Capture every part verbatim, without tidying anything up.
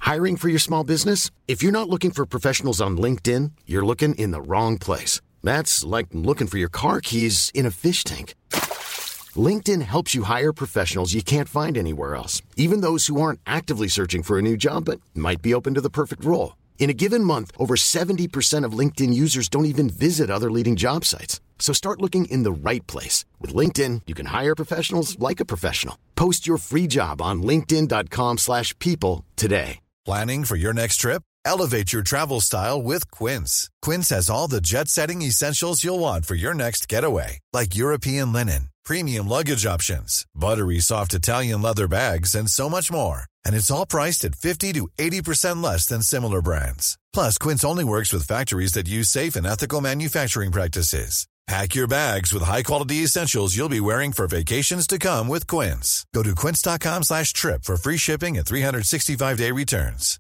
Hiring for your small business? If you're not looking for professionals on LinkedIn, you're looking in the wrong place. That's like looking for your car keys in a fish tank. LinkedIn helps you hire professionals you can't find anywhere else, even those who aren't actively searching for a new job but might be open to the perfect role. In a given month, over seventy percent of LinkedIn users don't even visit other leading job sites. So start looking in the right place. With LinkedIn, you can hire professionals like a professional. Post your free job on linkedin dot com slash people today. Planning for your next trip? Elevate your travel style with Quince. Quince has all the jet-setting essentials you'll want for your next getaway, like European linen, premium luggage options, buttery soft Italian leather bags, and so much more. And it's all priced at fifty to eighty percent less than similar brands. Plus, Quince only works with factories that use safe and ethical manufacturing practices. Pack your bags with high-quality essentials you'll be wearing for vacations to come with Quince. Go to quince dot com slash trip for free shipping and three sixty-five day returns.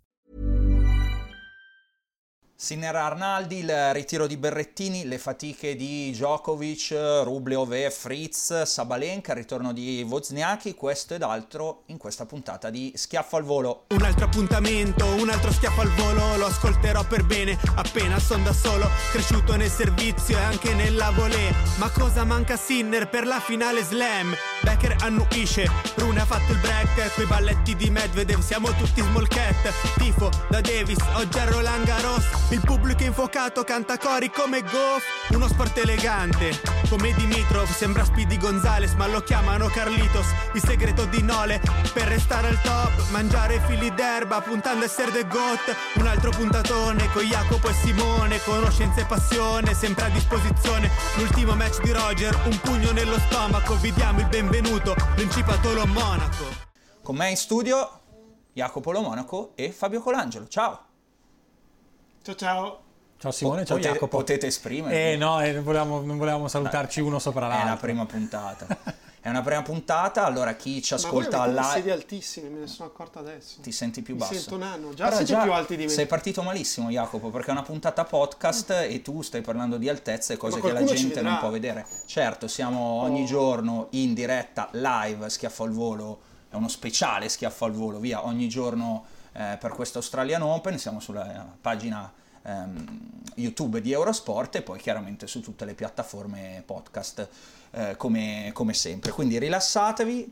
Sinner Arnaldi, il ritiro di Berrettini, le fatiche di Djokovic, Rublev e Fritz, Sabalenka, il ritorno di Wozniacki, questo ed altro in questa puntata di Schiaffo al Volo. Un altro appuntamento, un altro schiaffo al volo, lo ascolterò per bene, appena son da solo, cresciuto nel servizio e anche nella volée. Ma cosa manca a Sinner per la finale slam? Becker annuisce, Rune ha fatto il break, quei balletti di Medvedev, siamo tutti small cat. Tifo da Davis, oggi a Roland Garros, il pubblico infuocato canta cori come Goff. Uno sport elegante, come Dimitrov, sembra Speedy Gonzales ma lo chiamano Carlitos. Il segreto di Nole, per restare al top, mangiare fili d'erba puntando a essere the goat. Un altro puntatone con Jacopo e Simone, conoscenza e passione sempre a disposizione. L'ultimo match di Roger, un pugno nello stomaco, vi diamo il benvenuto, Principato Lo Monaco. Con me in studio Jacopo Lo Monaco e Fabio Colangelo, ciao. Ciao ciao. Ciao Simone, ciao Potete, Jacopo. potete esprimervi? Eh no, eh, non, volevamo, non volevamo salutarci uno sopra l'altro. È la prima puntata. È una prima puntata, allora chi ci ascolta Ma voi live... siedi altissimi, me ne sono accorto adesso. Ti senti più Mi basso? sento nano, già Però siete già più alti di me. Sei partito malissimo Jacopo, perché è una puntata podcast e tu stai parlando di altezze e cose Ma che la qualcuno ci gente vedrà. non può vedere. Certo, siamo ogni Oh. giorno in diretta live, Schiaffo al Volo, è uno speciale Schiaffo al Volo, via, ogni giorno eh, per questo Australian Open, siamo sulla pagina ehm, YouTube di Eurosport e poi chiaramente su tutte le piattaforme podcast eh, come, come sempre. Quindi rilassatevi,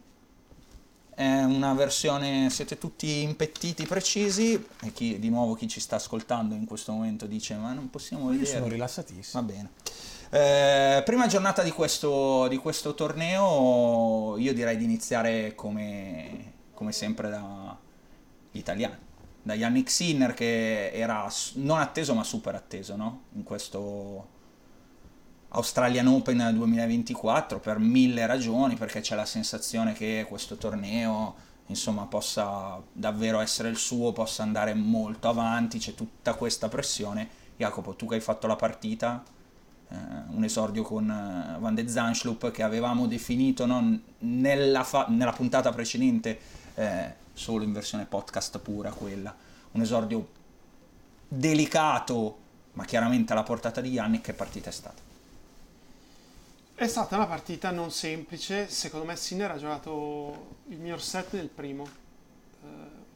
è una versione, siete tutti impettiti, precisi, e chi, di nuovo chi ci sta ascoltando in questo momento dice ma non possiamo Io vedere. sono rilassatissimo. Va bene. Eh, prima giornata di questo, di questo torneo, io direi di iniziare come, come sempre dagli italiani, da Jannik Sinner, che era non atteso ma super atteso, no? In questo Australian Open duemilaventiquattro per mille ragioni, perché c'è la sensazione che questo torneo insomma possa davvero essere il suo, possa andare molto avanti, c'è tutta questa pressione. Jacopo, tu che hai fatto la partita, eh, un esordio con eh, Van de Zandschulp che avevamo definito, no, nella, fa- nella puntata precedente, eh, solo in versione podcast pura quella, un esordio delicato ma chiaramente alla portata di Jannik. Che partita è stata? È stata una partita non semplice, secondo me Sinner ha giocato il miglior set nel primo. Eh,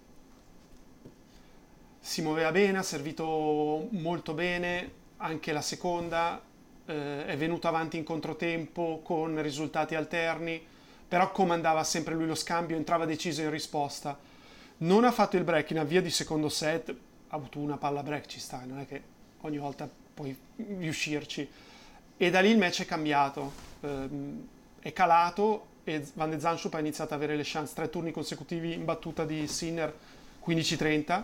si muoveva bene, ha servito molto bene, anche la seconda, eh, è venuto avanti in controtempo con risultati alterni, però comandava sempre lui lo scambio, entrava deciso in risposta. Non ha fatto il break in avvio di secondo set, ha avuto una palla break, ci sta, non è che ogni volta puoi riuscirci. E da lì il match è cambiato, ehm, è calato e Van de Zandschulp ha iniziato ad avere le chance, tre turni consecutivi in battuta di Sinner, quindici trenta,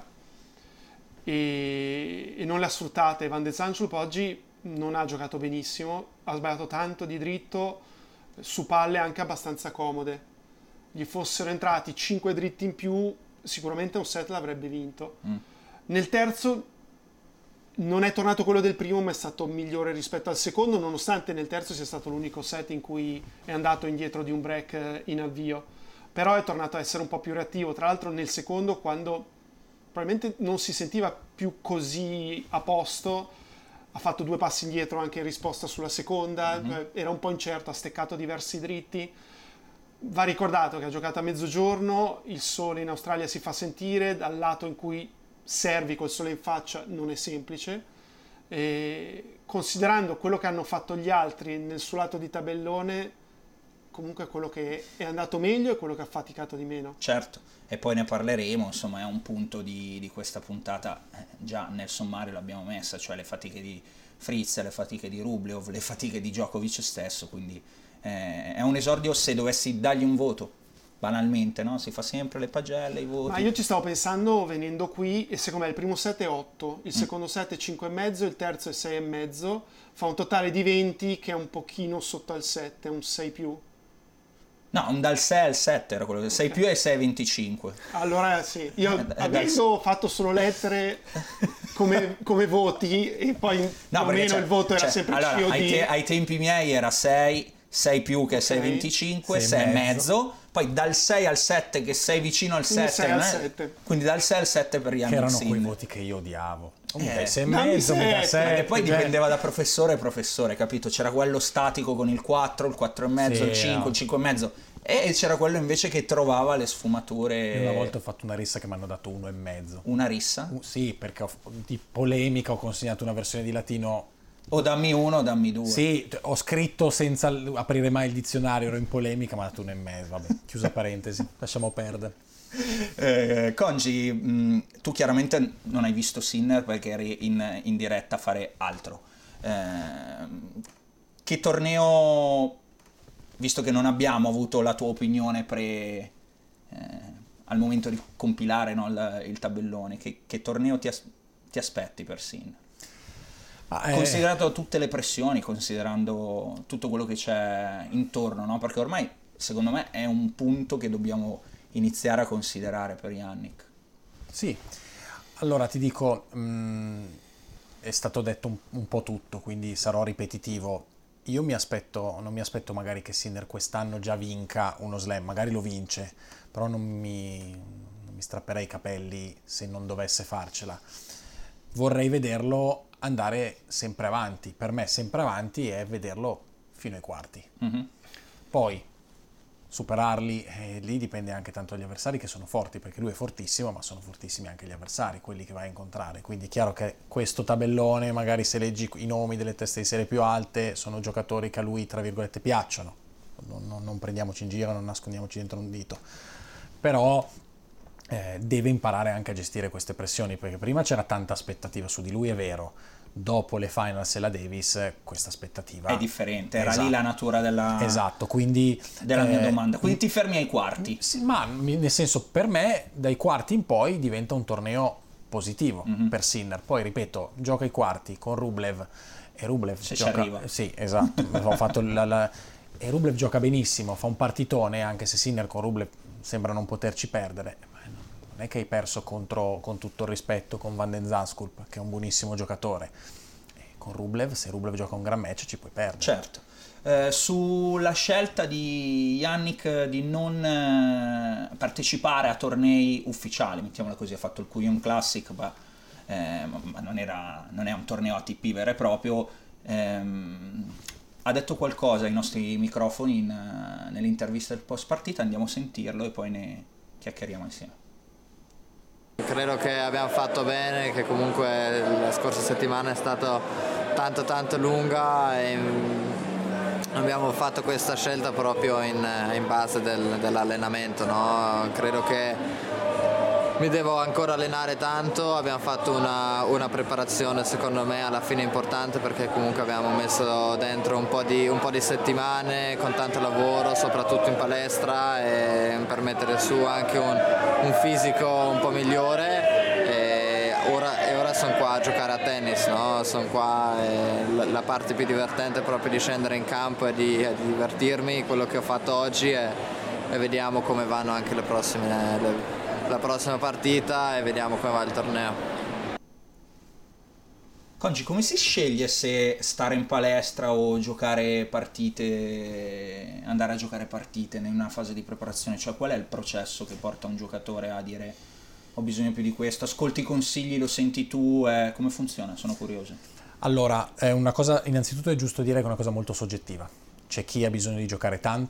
e, e non le ha sfruttate. Van de Zandschulp oggi non ha giocato benissimo, ha sbagliato tanto di dritto, su palle anche abbastanza comode. Gli fossero entrati cinque dritti in più, sicuramente un set l'avrebbe vinto. Mm. Nel terzo non è tornato quello del primo, ma è stato migliore rispetto al secondo, nonostante nel terzo sia stato l'unico set in cui è andato indietro di un break in avvio. Però è tornato a essere un po' più reattivo. Tra l'altro nel secondo, quando probabilmente non si sentiva più così a posto, ha fatto due passi indietro anche in risposta sulla seconda, mm-hmm. era un po' incerto, ha steccato diversi dritti. Va ricordato che ha giocato a mezzogiorno, il sole in Australia si fa sentire, dal lato in cui servi col sole in faccia non è semplice, e considerando quello che hanno fatto gli altri nel suo lato di tabellone, comunque quello che è andato meglio è quello che ha faticato di meno. Certo, e poi ne parleremo, insomma è un punto di, di questa puntata, eh, già nel sommario l'abbiamo messa, cioè le fatiche di Fritz, le fatiche di Rublev, le fatiche di Djokovic stesso, quindi eh, è un esordio, se dovessi dargli un voto, banalmente, no? Si fa sempre le pagelle, i voti. Ma io ci stavo pensando venendo qui, e secondo me il primo set è otto, il Mm. secondo set è cinque e mezzo, il terzo è sei e mezzo, fa un totale di venti che è un pochino sotto al sette, un sei più. No, un dal sei al sette era quello, sei più e sei e venticinque. Allora sì, io Eh, dal- avendo fatto solo lettere come, come voti, e poi più o perché meno c'è- il voto era c'è- sempre allora, C O D. ai, te- ai tempi miei era sei, sei più che sei e venticinque, sei e sei e mezzo. mezzo, poi dal sei al sette che sei vicino al Quindi sette, sei al non è- sette. quindi dal sei al sette per Che Yannick erano quei Sinner. voti che io odiavo. Eh, Mi dai sei e dammi mezzo, mi dai sette. sette. E poi cioè- dipendeva da professore e professore, capito? C'era quello statico con il quattro, il quattro e mezzo, Sì, il cinque, no. il cinque e mezzo, e c'era quello invece che trovava le sfumature. Una volta ho fatto una rissa che mi hanno dato uno e mezzo. Una rissa? Uh, sì, perché ho, di polemica ho consegnato una versione di latino. O dammi uno o dammi due. Sì, t- ho scritto senza l- aprire mai il dizionario, ero in polemica, ma ha dato uno e mezzo. Vabbè, chiusa parentesi, lasciamo perdere. Eh, Congi, mh, tu chiaramente non hai visto Sinner perché eri in, in diretta a fare altro. Eh, che torneo, visto che non abbiamo avuto la tua opinione pre, eh, al momento di compilare, no, il, il tabellone, che, che torneo ti, as- ti aspetti per Sinner? Ma, eh, Considerato tutte le pressioni, considerando tutto quello che c'è intorno, no? Perché ormai, secondo me, è un punto che dobbiamo iniziare a considerare per Yannick. Sì, allora ti dico, mh, è stato detto un, un po' tutto, quindi sarò ripetitivo. Io mi aspetto, non mi aspetto magari che Sinner quest'anno già vinca uno slam, magari lo vince, però non mi, non mi strapperei i capelli se non dovesse farcela. Vorrei vederlo andare sempre avanti. Per me sempre avanti è vederlo fino ai quarti. Mm-hmm. Poi superarli, eh, lì dipende anche tanto dagli avversari che sono forti, perché lui è fortissimo, ma sono fortissimi anche gli avversari, quelli che vai a incontrare. Quindi è chiaro che questo tabellone, magari se leggi i nomi delle teste di serie più alte, sono giocatori che a lui, tra virgolette, piacciono. Non, non, non prendiamoci in giro, non nascondiamoci dentro un dito. Però eh, deve imparare anche a gestire queste pressioni, perché prima c'era tanta aspettativa su di lui, è vero. Dopo le finals e la Davis, questa aspettativa È differente, era Esatto. lì la natura della, Esatto, quindi della mia eh, domanda. Quindi ti fermi ai quarti. sì, ma mi- nel senso, per me dai quarti in poi diventa un torneo positivo Mhm. per Sinner. Poi ripeto, gioca ai quarti con Rublev e Rublev Se ci gioca, arriva. sì, esatto. Ho fatto la, la- e Rublev gioca benissimo, fa un partitone, anche se Sinner con Rublev sembra non poterci perdere. Ma non è che hai perso contro, con tutto il rispetto, con Van den Zandschulp, che è un buonissimo giocatore. E con Rublev, se Rublev gioca un gran match, ci puoi perdere. Certo. Eh, sulla scelta di Yannick di non eh, partecipare a tornei ufficiali, mettiamola così, ha fatto il Kuyon Classic, ma, eh, ma non, era, non è un torneo A T P vero e proprio. ehm, ha detto qualcosa ai nostri microfoni in, eh, nell'intervista del post partita, andiamo a sentirlo e poi ne chiacchieriamo insieme. Credo che abbiamo fatto bene, che comunque la scorsa settimana è stata tanto tanto lunga e abbiamo fatto questa scelta proprio in, in base del, dell'allenamento, no? Credo che mi devo ancora allenare tanto, abbiamo fatto una, una preparazione secondo me alla fine importante, perché comunque abbiamo messo dentro un po' di, un po' di settimane con tanto lavoro, soprattutto in palestra, e per mettere su anche un, un fisico un po' migliore. E ora, e ora sono qua a giocare a tennis, no? Sono qua, e la, la parte più divertente è proprio di scendere in campo e di, e di divertirmi, quello che ho fatto oggi, e, e vediamo come vanno anche le prossime, le, la prossima partita, e vediamo come va il torneo. Congi, come si sceglie se stare in palestra o giocare partite, andare a giocare partite in una fase di preparazione? Cioè, qual è il processo che porta un giocatore a dire ho bisogno più di questo? Ascolti i consigli, lo senti tu? Eh, come funziona? Sono curioso. Allora, è una cosa, innanzitutto è giusto dire che è una cosa molto soggettiva. C'è chi ha bisogno di giocare tanto,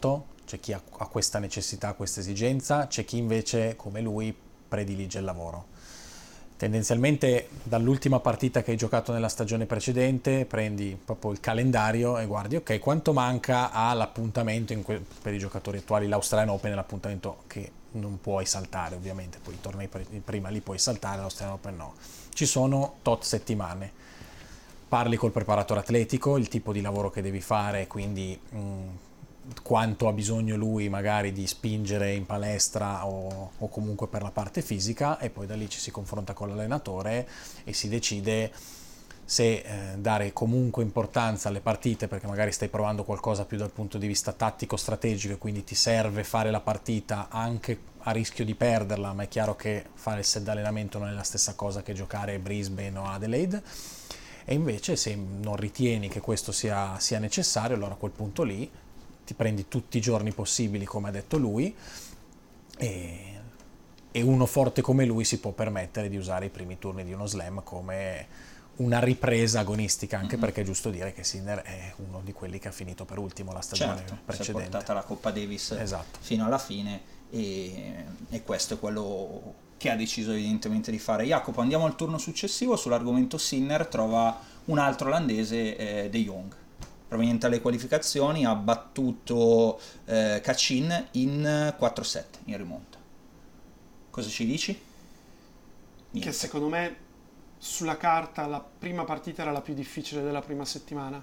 c'è chi ha, ha questa necessità, questa esigenza, c'è chi invece come lui predilige il lavoro. Tendenzialmente dall'ultima partita che hai giocato nella stagione precedente prendi proprio il calendario e guardi ok quanto manca all'appuntamento in que- per i giocatori attuali. L'Australian Open è l'appuntamento che non puoi saltare, ovviamente poi i tornei pre- prima li puoi saltare, l'Australian Open no. Ci sono tot settimane, parli col preparatore atletico, il tipo di lavoro che devi fare, quindi mh, quanto ha bisogno lui magari di spingere in palestra o, o comunque per la parte fisica, e poi da lì ci si confronta con l'allenatore e si decide se eh, dare comunque importanza alle partite, perché magari stai provando qualcosa più dal punto di vista tattico strategico e quindi ti serve fare la partita anche a rischio di perderla, ma è chiaro che fare il set d'allenamento non è la stessa cosa che giocare Brisbane o Adelaide. E invece se non ritieni che questo sia, sia necessario, allora a quel punto lì ti prendi tutti i giorni possibili, come ha detto lui, e, e uno forte come lui si può permettere di usare i primi turni di uno slam come una ripresa agonistica, anche mm-hmm. perché è giusto dire che Sinner è uno di quelli che ha finito per ultimo la stagione certo, precedente. Si è portata la Coppa Davis esatto. fino alla fine e, e questo è quello che ha deciso evidentemente di fare Jacopo. Andiamo al turno successivo. Sull'argomento Sinner trova un altro olandese, eh, De Jong, proveniente dalle qualificazioni, ha battuto eh, Kachin in quattro sette in rimonta. Cosa ci dici? Niente. Che secondo me sulla carta la prima partita era la più difficile della prima settimana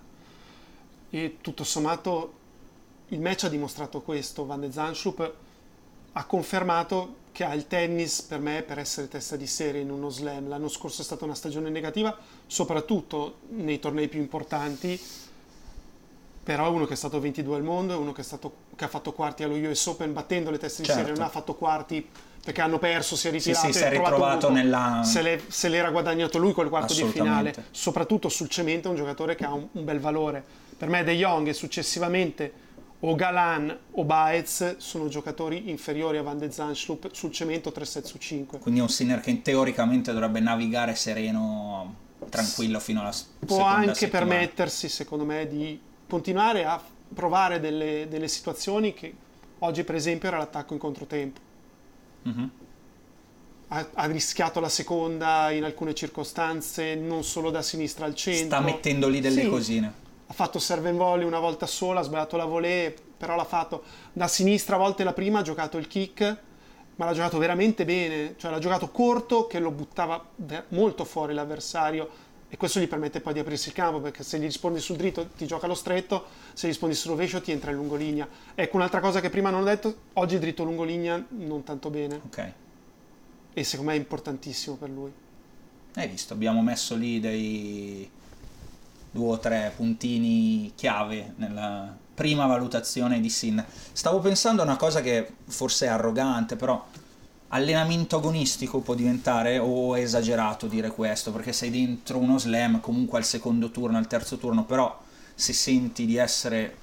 e tutto sommato il match ha dimostrato questo. Van de Zandschulp ha confermato che ha il tennis per me per essere testa di serie in uno slam. L'anno scorso è stata una stagione negativa soprattutto nei tornei più importanti, però è uno che è stato ventidue al mondo, è uno che, è stato, che ha fatto quarti allo U S Open battendo le teste di certo. serie, non ha fatto quarti perché hanno perso, si è ritirato, sì, sì, si è ritrovato nella... se, le, se l'era guadagnato lui col quarto di finale, soprattutto sul cemento è un giocatore che ha un, un bel valore. Per me De Jong e successivamente o Galan o Baez sono giocatori inferiori a Van de Zandschulp sul cemento tre sette su cinque. Quindi è un Sinner che teoricamente dovrebbe navigare sereno, tranquillo fino alla seconda settimana. Può anche settimana. permettersi secondo me di continuare a provare delle, delle situazioni che oggi per esempio era l'attacco in controtempo. Mm-hmm. Ha, ha rischiato la seconda in alcune circostanze, non solo da sinistra al centro. Sta mettendo lì delle sì, cosine. Ha fatto serve and volley una volta sola, ha sbagliato la volée, però l'ha fatto da sinistra a volte la prima, ha giocato il kick, ma l'ha giocato veramente bene, cioè l'ha giocato corto che lo buttava molto fuori l'avversario e questo gli permette poi di aprirsi il campo, perché se gli rispondi sul dritto ti gioca lo stretto, se gli rispondi sul rovescio ti entra in lungolinea. Ecco, un'altra cosa che prima non ho detto, oggi dritto lungolinea non tanto bene. Ok. E secondo me è importantissimo per lui. Hai visto, abbiamo messo lì dei due o tre puntini chiave nella prima valutazione di Sinner. Stavo pensando a una cosa che forse è arrogante, però allenamento agonistico può diventare, o è esagerato dire questo, perché sei dentro uno slam comunque al secondo turno, al terzo turno, però se senti di essere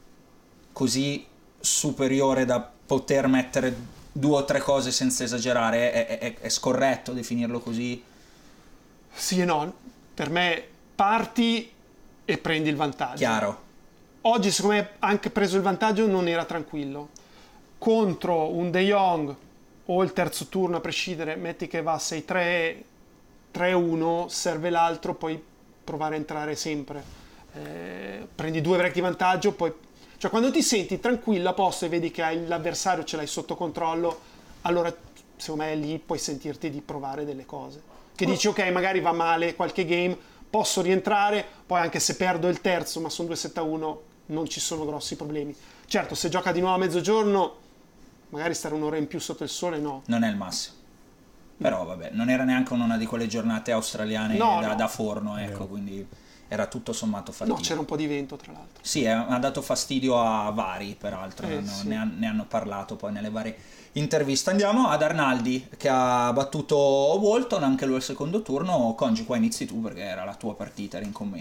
così superiore da poter mettere due o tre cose senza esagerare, è, è, è scorretto definirlo così? Sì e no, per me parti e prendi il vantaggio. Chiaro. Oggi secondo me anche preso il vantaggio non era tranquillo. Contro un De Jong o il terzo turno a prescindere, metti che va sei tre, tre uno, serve l'altro, poi provare a entrare sempre. Eh, prendi due break di vantaggio, poi... Cioè quando ti senti tranquillo a posto e vedi che hai l'avversario, ce l'hai sotto controllo, allora secondo me lì puoi sentirti di provare delle cose. Che dici ok, magari va male qualche game, posso rientrare, poi anche se perdo il terzo, ma sono due sette a uno, non ci sono grossi problemi. Certo, se gioca di nuovo a mezzogiorno, magari stare un'ora in più sotto il sole, no. Non è il massimo. Però vabbè, non era neanche una di quelle giornate australiane no, da, no. da forno, ecco, no. Quindi era tutto sommato fattibile. No, c'era un po' di vento tra l'altro. Sì, eh, ha dato fastidio a vari, peraltro, eh, ne, sì. ne, ne hanno parlato poi nelle varie interviste. Andiamo ad Arnaldi, che ha battuto Walton, anche lui al secondo turno. Congi, qua inizi tu perché era la tua partita, era in commento.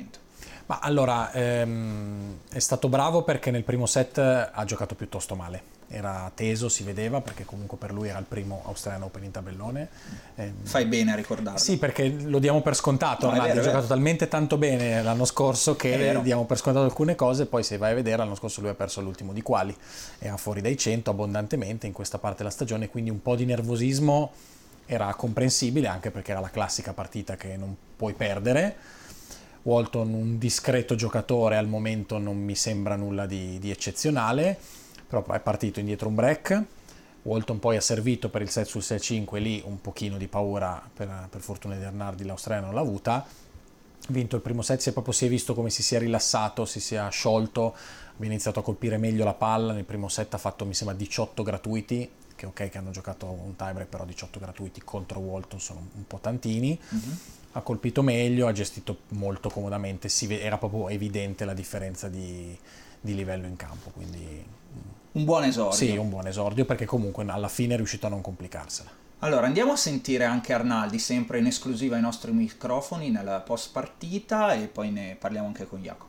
Ma allora, ehm, è stato bravo perché nel primo set ha giocato piuttosto male. Era teso, si vedeva, perché comunque per lui era il primo Australian Open in tabellone. Eh, Fai bene a ricordarlo. Sì, perché lo diamo per scontato. No, Arnaldi vero, ha giocato talmente tanto bene l'anno scorso che diamo per scontato alcune cose, poi se vai a vedere l'anno scorso lui ha perso l'ultimo di quali, era fuori dai cento abbondantemente in questa parte della stagione, quindi un po' di nervosismo era comprensibile, anche perché era la classica partita che non puoi perdere. Walton un discreto giocatore, al momento non mi sembra nulla di, di eccezionale, però è partito indietro un break. Walton poi ha servito per il set sul sei cinque, lì un pochino di paura per, per fortuna di Arnaldi l'australiano non l'ha avuta. Ha vinto il primo set, si è proprio si è visto come si sia rilassato, si sia sciolto, ha iniziato a colpire meglio la palla. Nel primo set ha fatto mi sembra diciotto gratuiti, che ok che hanno giocato un tiebreak, però diciotto gratuiti contro Walton sono un po' tantini. Mm-hmm. Ha colpito meglio, ha gestito molto comodamente, si ve- era proprio evidente la differenza di, di livello in campo, quindi un buon esordio. Sì, un buon esordio, perché comunque alla fine è riuscito a non complicarsela. Allora andiamo a sentire anche Arnaldi, sempre in esclusiva ai nostri microfoni nella post partita, e poi ne parliamo anche con Jacopo.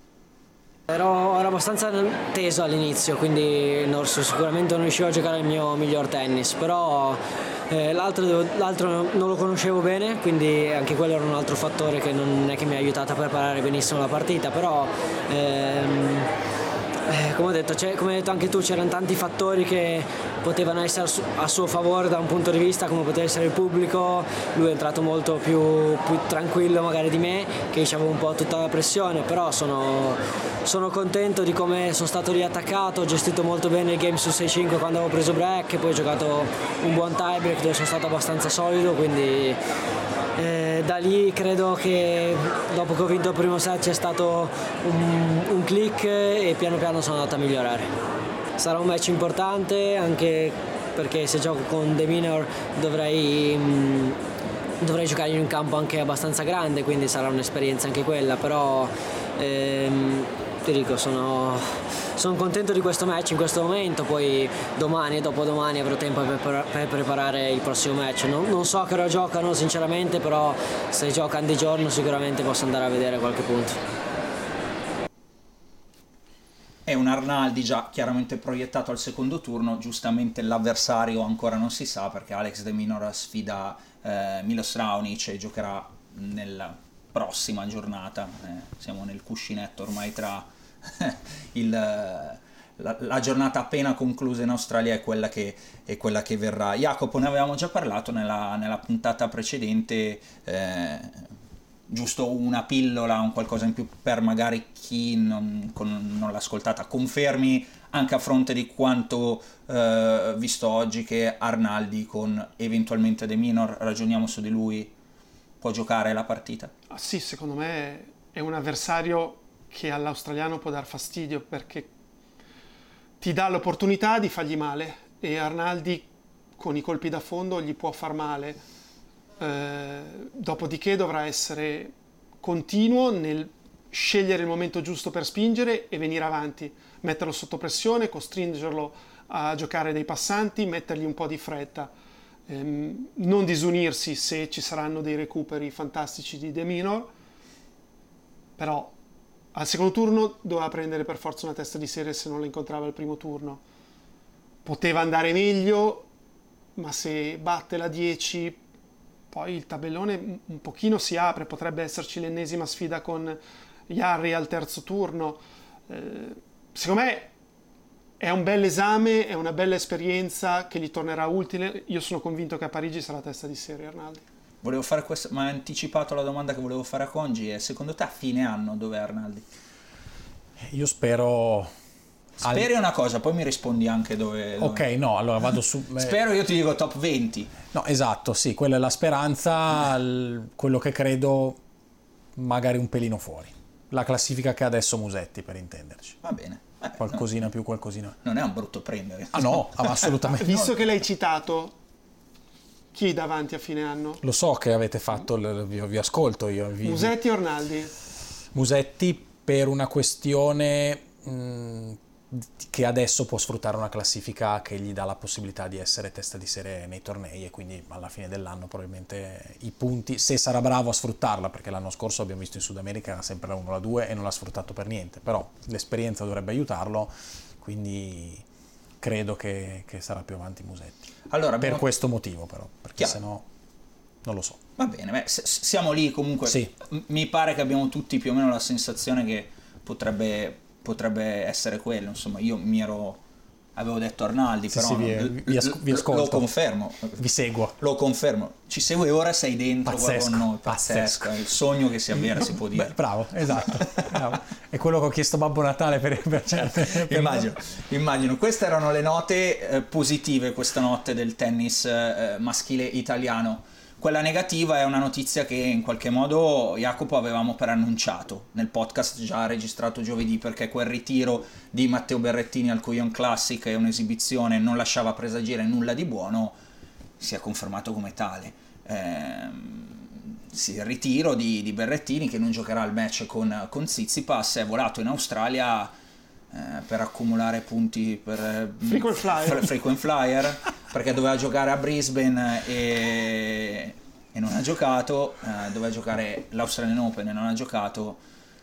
Ero, ero abbastanza teso all'inizio, quindi non, sicuramente non riuscivo a giocare il mio miglior tennis, però eh, l'altro, l'altro non lo conoscevo bene, quindi anche quello era un altro fattore che non è che mi ha aiutato a preparare benissimo la partita, però ehm, eh, come ho detto, come hai detto anche tu, c'erano tanti fattori che potevano essere a, su, a suo favore da un punto di vista, come poteva essere il pubblico. Lui è entrato molto più, più tranquillo magari di me, che avevo un po' tutta la pressione, però sono, sono contento di come sono stato riattaccato, ho gestito molto bene il game su sei cinque quando avevo preso break, e poi ho giocato un buon tiebreak dove sono stato abbastanza solido, quindi eh, da lì credo che dopo che ho vinto il primo set c'è stato un, un click e piano piano sono andato a migliorare. Sarà un match importante anche perché se gioco con De Minaur dovrei, mh, dovrei giocare in un campo anche abbastanza grande, quindi sarà un'esperienza anche quella, però ehm, ti dico, sono, sono contento di questo match in questo momento, poi domani e dopodomani avrò tempo per, per preparare il prossimo match. Non, non so che ora giocano sinceramente, però se giocano di giorno sicuramente posso andare a vedere qualche punto. È un Arnaldi già chiaramente proiettato al secondo turno, giustamente l'avversario ancora non si sa, perché Alex De Minaur sfida eh, Milos Raonic e giocherà nella prossima giornata. Eh, siamo nel cuscinetto ormai tra il, la, la giornata appena conclusa in Australia e quella che, e quella che verrà. Jacopo, ne avevamo già parlato nella, nella puntata precedente, eh, giusto una pillola, un qualcosa in più per magari chi non, con, non l'ha ascoltata. Confermi anche a fronte di quanto eh, visto oggi che Arnaldi con eventualmente De Minaur, ragioniamo su di lui, può giocare la partita? Ah, sì, secondo me è un avversario che all'australiano può dar fastidio, perché ti dà l'opportunità di fargli male, e Arnaldi con i colpi da fondo gli può far male. Eh, dopodiché dovrà essere continuo nel scegliere il momento giusto per spingere e venire avanti, metterlo sotto pressione, costringerlo a giocare dei passanti, mettergli un po' di fretta, ehm, non disunirsi se ci saranno dei recuperi fantastici di De Minaur, però al secondo turno doveva prendere per forza una testa di serie se non la incontrava al primo turno. Poteva andare meglio, ma se batte la dieci poi il tabellone un pochino si apre, potrebbe esserci l'ennesima sfida con Jarry al terzo turno. Eh, secondo me è un bel esame, è una bella esperienza che gli tornerà utile. Io sono convinto che a Parigi sarà testa di serie Arnaldi. Volevo fare questo, ma hai anticipato la domanda che volevo fare a Congi, e secondo te a fine anno dov'è Arnaldi? Io spero... Speri una cosa, poi mi rispondi anche dove... dove... Ok, no, allora vado su... Spero, io ti dico top venti. No, esatto, sì, quella è la speranza, l- quello che credo magari un pelino fuori. La classifica che ha adesso Musetti, per intenderci. Va bene. Eh, qualcosina no. più, qualcosina. Non è un brutto prendere. Ah no, assolutamente. Visto no. che l'hai citato, chi davanti a fine anno? Lo so che avete fatto, l- vi, vi ascolto io. Vi, Musetti o Arnaldi? Musetti per una questione... Mh, che adesso può sfruttare una classifica che gli dà la possibilità di essere testa di serie nei tornei, e quindi alla fine dell'anno probabilmente i punti, se sarà bravo a sfruttarla, perché l'anno scorso abbiamo visto in Sud America era sempre la uno la due e non l'ha sfruttato per niente, però l'esperienza dovrebbe aiutarlo, quindi credo che, che sarà più avanti Musetti. Allora, abbiamo... per questo motivo però, perché Chiaro. sennò non lo so. Va bene, beh, s- siamo lì comunque. Sì. M- mi pare che abbiamo tutti più o meno la sensazione che potrebbe, potrebbe essere quello. Insomma, io mi ero avevo detto Arnaldi, Sì, però sì, vi, non- vi, as- vi ascolto. lo confermo. Vi seguo. Lo confermo. Ci segui ora, sei dentro Pazzesco, con noi. Pazzesco. pazzesco. È il sogno che si avvera, si può dire. Beh, bravo, esatto. bravo. È quello che ho chiesto Babbo Natale per, per certe... per- Immagino, immagino. Queste erano le note eh, positive questa notte del tennis eh, maschile italiano. Quella negativa è una notizia che in qualche modo Jacopo avevamo preannunciato nel podcast già registrato giovedì, perché quel ritiro di Matteo Berrettini al Couillon Classic e un'esibizione non lasciava presagire nulla di buono, si è confermato come tale. Ehm, sì, il ritiro di, di Berrettini, che non giocherà il match con, con Tsitsipas, è volato in Australia eh, per accumulare punti per eh, Frequent flyer. fre- frequent flyer perché doveva giocare a Brisbane e, e non ha giocato, eh, doveva giocare l'Australian Open e non ha giocato.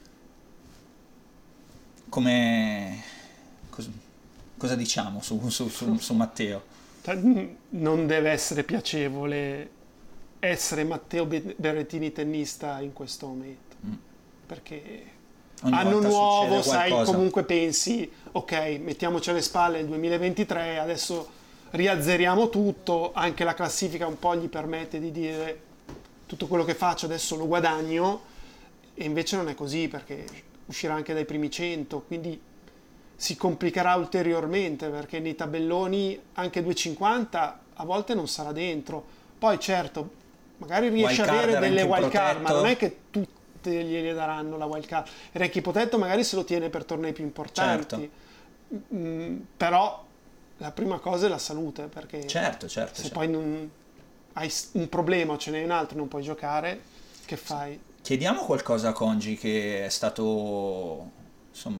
Come cos- cosa diciamo su, su, su, su Matteo? Cioè, non deve essere piacevole essere Matteo Be- Berrettini tennista in questo momento, Mm. perché Ogni anno volta nuovo, succede sai, qualcosa. comunque pensi, ok, mettiamoci alle spalle il duemilaventitré, adesso riazzeriamo tutto, anche la classifica un po' gli permette di dire tutto quello che faccio adesso lo guadagno, e invece non è così, perché uscirà anche dai primi cento, quindi si complicherà ulteriormente, perché nei tabelloni anche duecentocinquanta a volte non sarà dentro. Poi certo, magari riesce Wild a avere card, delle ranking wild card, ma protetto. non è che tutte gliele daranno la wild card. Il ranking protetto magari se lo tiene per tornei più importanti. Certo. Mm, però la prima cosa è la salute, perché Certo, certo. se certo. poi non hai s- un problema o ce n'hai un altro e non puoi giocare, che fai? Chiediamo qualcosa a Congi, che è stato insomma.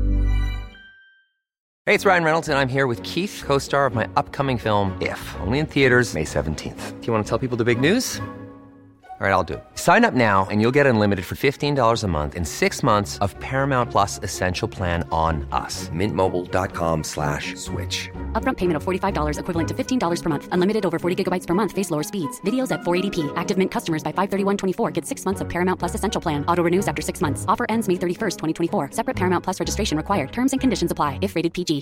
Hey, it's Ryan Reynolds, and I'm here with Keith, co-star of my upcoming film, If, only in theaters May seventeenth. Do you want to tell people the big news? All right, I'll do it. Sign up now and you'll get unlimited for fifteen dollars a month and six months of Paramount Plus Essential Plan on us. Mint Mobile dot com slash switch. Upfront payment of forty-five dollars equivalent to fifteen dollars per month. Unlimited over forty gigabytes per month. Face lower speeds. Videos at four eighty p. Active Mint customers by five thirty-one twenty-four get six months of Paramount Plus Essential Plan. Auto renews after six months. Offer ends May thirty-first, twenty twenty-four. Separate Paramount Plus registration required. Terms and conditions apply if rated P G.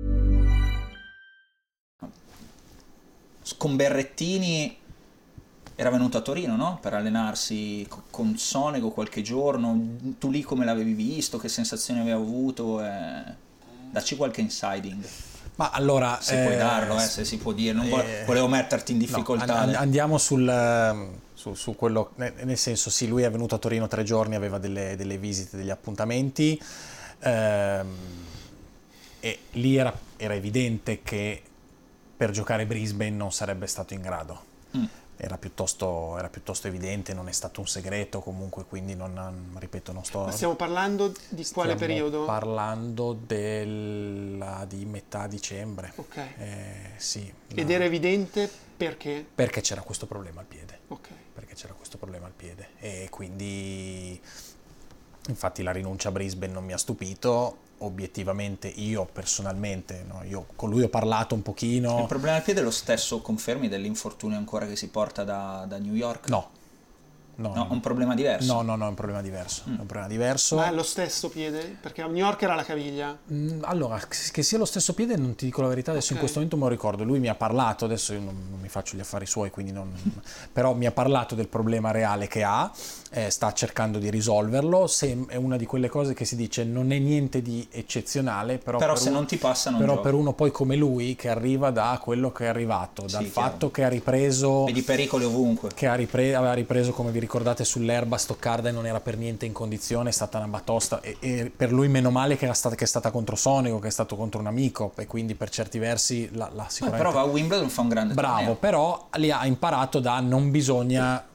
Con Berrettini era venuto a Torino, no? Per allenarsi co- con Sonego qualche giorno. Tu lì come l'avevi visto? Che sensazioni avevi avuto? Eh, dacci qualche insiding. Ma allora... Se puoi darlo, eh, se si può dire. Non vo- eh, volevo metterti in no, difficoltà. and- eh. andiamo sul, su, su quello... Nel senso, sì, lui è venuto a Torino tre giorni, aveva delle, delle visite, degli appuntamenti. Ehm, e lì era, era evidente che per giocare Brisbane non sarebbe stato in grado. Mm. Era piuttosto, era piuttosto evidente, non è stato un segreto comunque, quindi non, ripeto, non sto... Ma stiamo parlando di quale stiamo periodo? parlando della, di metà dicembre. Ok. Eh, sì. Ed no. era evidente perché? Perché c'era questo problema al piede. Ok. Perché c'era questo problema al piede. E quindi... Infatti la rinuncia a Brisbane non mi ha stupito. Obiettivamente io personalmente, no, io con lui ho parlato un pochino. Il problema al piede è lo stesso, confermi, dell'infortunio ancora che si porta da, da New York? No. No, No, un problema diverso? No, no, no, è un problema diverso. Mm. È un problema diverso. Ma è lo stesso piede? Perché a New York era la caviglia. Mm, Allora, che sia lo stesso piede non ti dico la verità, adesso Ok. in questo momento me lo ricordo, lui mi ha parlato, adesso io non, non mi faccio gli affari suoi, quindi non, però mi ha parlato del problema reale che ha, eh, sta cercando di risolverlo, se è una di quelle cose che si dice non è niente di eccezionale, però, Però per se uno, non ti passa non però giochi. per uno poi come lui che arriva da quello che è arrivato, dal Sì, fatto chiaro. che ha ripreso... Vedi pericoli ovunque. che ha ripre- aveva ripreso, come vi ricordate, sull'erba Stoccarda e non era per niente in condizione, è stata una batosta e, e per lui meno male che, era stata, che è stata contro Sonego, che è stato contro un amico, e quindi per certi versi la, la Poi sicuramente... però va a Wimbledon, fa un grande Bravo, torneo. però lì ha imparato da non bisogna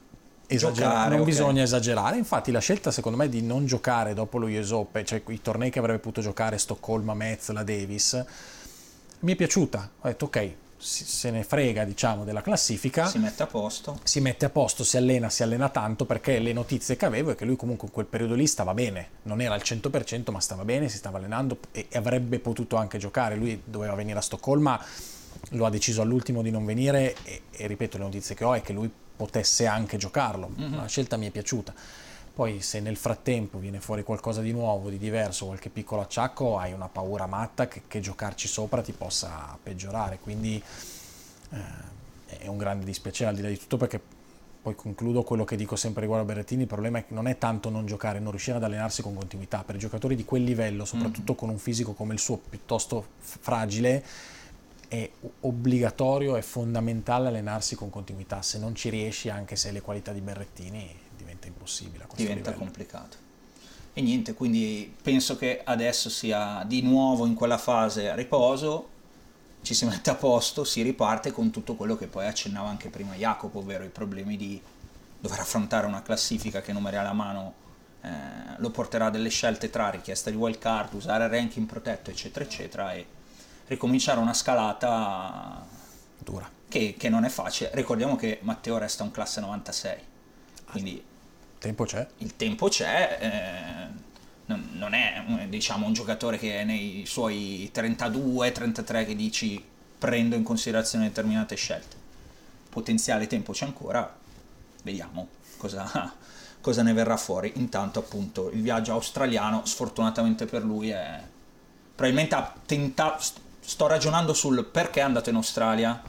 Esagera- giocare, non ok. bisogna esagerare. Infatti la scelta secondo me di non giocare dopo lo U S Open, cioè i tornei che avrebbe potuto giocare, Stoccolma, Metz, la Davis, mi è piaciuta. Ho detto ok, si- se ne frega diciamo della classifica, Si mette a posto. si mette a posto, si allena, si allena tanto, perché le notizie che avevo è che lui comunque in quel periodo lì stava bene, non era al cento per cento ma stava bene, si stava allenando e e avrebbe potuto anche giocare. Lui doveva venire a Stoccolma, lo ha deciso all'ultimo di non venire e, e ripeto, le notizie che ho è che lui potesse anche giocarlo. Mhm. La scelta mi è piaciuta. Poi se nel frattempo viene fuori qualcosa di nuovo, di diverso, qualche piccolo acciacco, hai una paura matta che, che giocarci sopra ti possa peggiorare, quindi eh, è un grande dispiacere al di là di tutto, perché poi concludo quello che dico sempre riguardo a Berrettini: il problema è che non è tanto non giocare, non riuscire ad allenarsi con continuità. Per i giocatori di quel livello, soprattutto con un fisico come il suo piuttosto f- fragile, è obbligatorio, è fondamentale allenarsi con continuità. Se non ci riesci, anche se hai le qualità di Berrettini, diventa impossibile a questo Diventa livello. complicato. E niente, quindi penso che adesso sia di nuovo in quella fase a riposo, ci si mette a posto, si riparte con tutto quello che poi accennava anche prima Jacopo, ovvero i problemi di dover affrontare una classifica che numeri alla mano eh, lo porterà a delle scelte tra richiesta di wild card, usare il ranking protetto, eccetera eccetera, e ricominciare una scalata Dura. che, che non è facile. Ricordiamo che Matteo resta un classe novantasei, quindi Tempo c'è. il tempo c'è, eh, non, non è diciamo un giocatore che nei suoi trentadue trentatré che dici prendo in considerazione determinate scelte. Potenziale tempo c'è ancora, vediamo cosa, cosa ne verrà fuori. Intanto appunto il viaggio australiano, sfortunatamente per lui, è probabilmente ha tentato, sto ragionando sul perché è andato in Australia,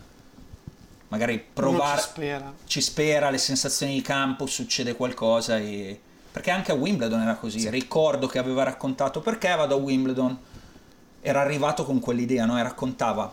magari provare, Uno ci spera. ci spera, le sensazioni di campo, succede qualcosa, e perché anche a Wimbledon era così. Ricordo che aveva raccontato perché vado a Wimbledon, era arrivato con quell'idea, no? E raccontava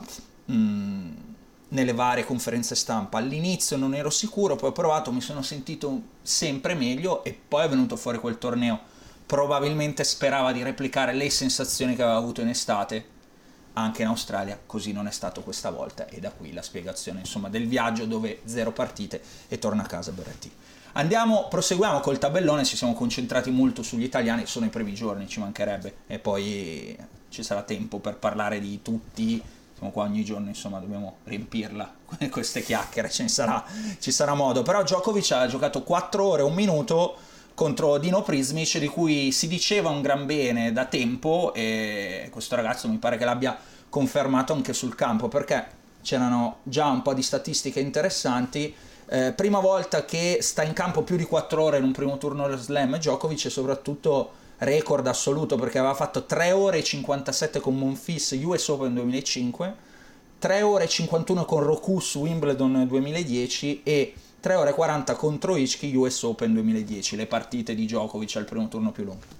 mh, nelle varie conferenze stampa: all'inizio non ero sicuro, poi ho provato, mi sono sentito sempre meglio e poi è venuto fuori quel torneo. Probabilmente sperava di replicare le sensazioni che aveva avuto in estate anche in Australia, così non è stato questa volta, e da qui la spiegazione insomma del viaggio dove zero partite e torna a casa Berrettini. Andiamo, proseguiamo col tabellone, ci siamo concentrati molto sugli italiani, sono i primi giorni, ci mancherebbe, e poi ci sarà tempo per parlare di tutti, siamo qua ogni giorno, insomma dobbiamo riempirla con queste chiacchiere, ce ne sarà, ci sarà modo. Però Djokovic ha giocato quattro ore e un minuto contro Dino Prismic, di cui si diceva un gran bene da tempo, e questo ragazzo mi pare che l'abbia confermato anche sul campo, perché c'erano già un po' di statistiche interessanti. Eh, prima volta che sta in campo più di quattro ore in un primo turno slam Djokovic, e soprattutto record assoluto, perché aveva fatto tre ore e cinquantasette con Monfils U S Open duemilacinque, tre ore e cinquantuno con Roku su Wimbledon duemiladieci e tre ore e quaranta contro Ishiki U S Open duemiladieci, le partite di Djokovic al primo turno più lunghe.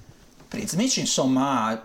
Prismic insomma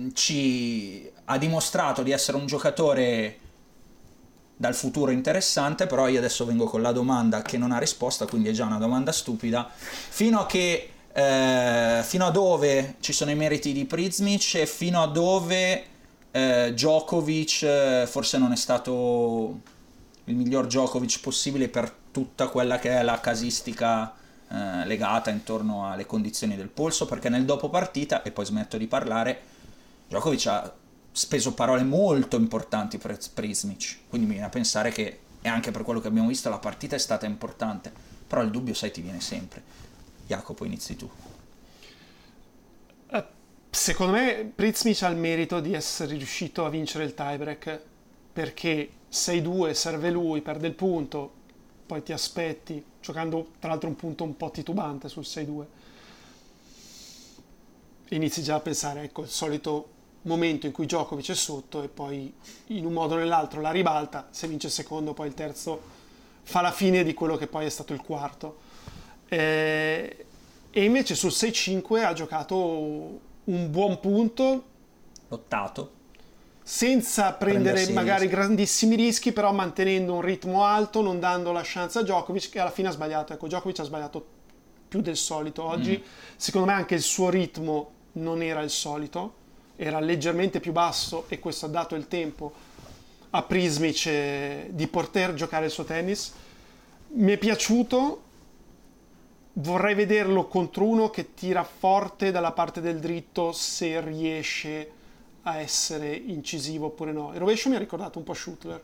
ci ha dimostrato di essere un giocatore dal futuro interessante, però io adesso vengo con la domanda che non ha risposta, quindi è già una domanda stupida: fino a che eh, fino a dove ci sono i meriti di Prismic e fino a dove eh, Djokovic eh, forse non è stato il miglior Djokovic possibile per tutta quella che è la casistica eh, legata intorno alle condizioni del polso, perché nel dopo partita, e poi smetto di parlare, Djokovic ha speso parole molto importanti per Prismic, quindi mi viene a pensare che, e anche per quello che abbiamo visto, la partita è stata importante, però il dubbio, sai, ti viene sempre. Jacopo, inizi tu. Uh, secondo me Prismic ha il merito di essere riuscito a vincere il tiebreak, perché sei due, serve lui, perde il punto, poi ti aspetti, giocando tra l'altro un punto un po' titubante sul sei due, inizi già a pensare, ecco, il solito momento in cui Djokovic è sotto e poi in un modo o nell'altro la ribalta, se vince il secondo poi il terzo fa la fine di quello che poi è stato il quarto, e, e invece sul sei cinque ha giocato un buon punto, lottato, senza prendere Prendersi magari rischi. grandissimi rischi, però mantenendo un ritmo alto, non dando la chance a Djokovic, che alla fine ha sbagliato. Ecco, Djokovic ha sbagliato più del solito oggi. Mm. Secondo me anche il suo ritmo non era il solito, era leggermente più basso, e questo ha dato il tempo a Prismic di poter giocare il suo tennis. Mi è piaciuto, vorrei vederlo contro uno che tira forte dalla parte del dritto, se riesce a essere incisivo oppure no. Il rovescio mi ha ricordato un po' Schüttler.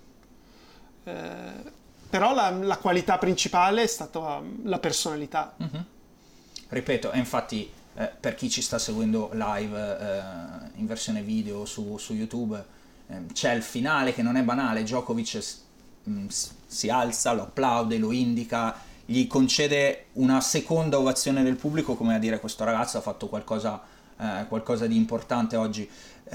Eh, però la, la qualità principale è stata la personalità. Mm-hmm. Ripeto, e infatti eh, per chi ci sta seguendo live eh, in versione video su, su YouTube, eh, c'è il finale che non è banale. Djokovic mh, si alza, lo applaude, lo indica, gli concede una seconda ovazione del pubblico, come a dire: questo ragazzo ha fatto qualcosa, eh, qualcosa di importante oggi.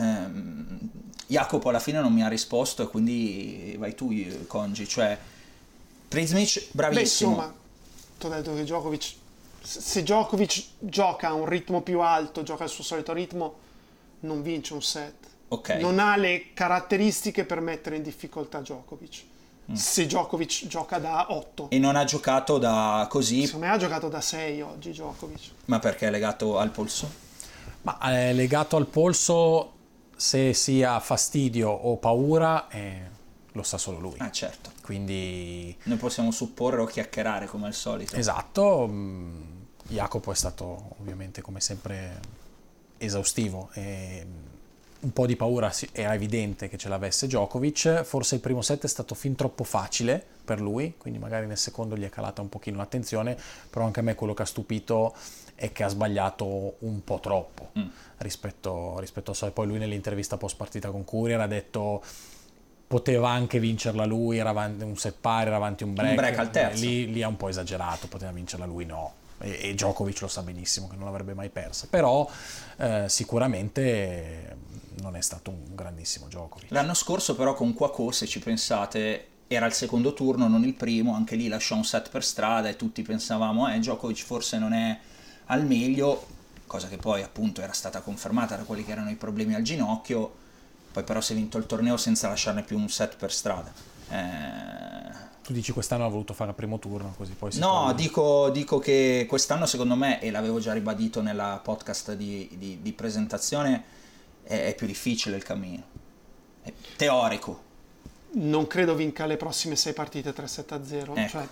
Eh, Jacopo alla fine non mi ha risposto, e quindi vai tu, Congi. Cioè, Prizmic bravissimo. Beh, insomma, ti ho detto che Djokovic, se Djokovic gioca a un ritmo più alto, gioca al suo solito ritmo, non vince un set. Okay. Non ha le caratteristiche per mettere in difficoltà Djokovic. Mm. Se Djokovic gioca da otto. E non ha giocato da così. Secondo me ha giocato da sei oggi Djokovic. Ma perché è legato al polso? Ma è legato al polso, se sia fastidio o paura, eh, lo sa solo lui. Ah, certo. Quindi noi possiamo supporre o chiacchierare come al solito. Esatto. Jacopo è stato ovviamente come sempre esaustivo, e un po' di paura era evidente che ce l'avesse Djokovic. Forse il primo set è stato fin troppo facile per lui, quindi magari nel secondo gli è calata un pochino l'attenzione, però anche a me quello che ha stupito è che ha sbagliato un po' troppo mm. rispetto, rispetto a so. E poi lui nell'intervista post partita con Courier ha detto poteva anche vincerla lui, era avanti un set pari, era avanti un break, un break al terzo. Lì, lì ha un po' esagerato, poteva vincerla lui, no. E, e Djokovic lo sa benissimo che non l'avrebbe mai persa, però eh, sicuramente non è stato un grandissimo Djokovic. L'anno scorso però con Quaco, se ci pensate, era il secondo turno, non il primo, anche lì lasciò un set per strada e tutti pensavamo eh Djokovic forse non è al meglio, cosa che poi appunto era stata confermata da quelli che erano i problemi al ginocchio. Poi però si è vinto il torneo senza lasciarne più un set per strada. Eh... Tu dici quest'anno ha voluto fare al primo turno, così poi si No, torna. dico, dico che quest'anno secondo me, e l'avevo già ribadito nella podcast di, di, di presentazione, è, è più difficile il cammino. È teorico. Non credo vinca le prossime sei partite tre sette a zero. Ecco. Cioè,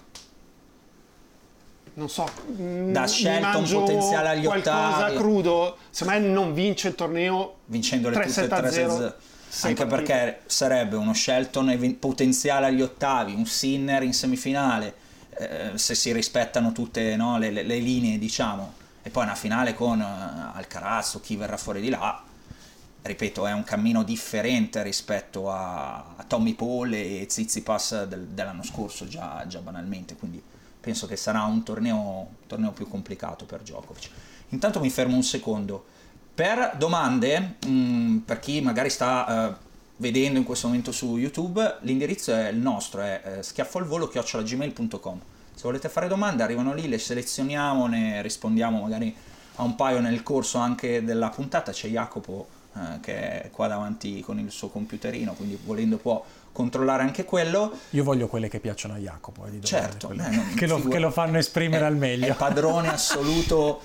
non so, da scelta un potenziale agli qualcosa ottavi, crudo, secondo me non vince il torneo vincendole tutte e tre zero, anche partite. Perché sarebbe uno Shelton potenziale agli ottavi, un Sinner in semifinale, eh, se si rispettano tutte, no, le, le, le linee, diciamo, e poi una finale con uh, Alcaraz o chi verrà fuori di là. Ripeto, è un cammino differente rispetto a, a Tommy Paul e Tsitsipas del, dell'anno scorso, già, già banalmente, quindi penso che sarà un torneo, torneo più complicato per Djokovic. Intanto mi fermo un secondo. Per domande, mh, per chi magari sta uh, vedendo in questo momento su YouTube, l'indirizzo è il nostro, è eh, schiaffolvolo chiocciola gmail punto com. Se volete fare domande arrivano lì, le selezioniamo, ne rispondiamo magari a un paio nel corso anche della puntata. C'è Jacopo eh, che è qua davanti con il suo computerino, quindi volendo può controllare anche quello. Io voglio quelle che piacciono a Jacopo, eh, di certo, domande, beh, non, che, lo, che lo fanno esprimere è, al meglio. È padrone assoluto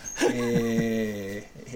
e, e,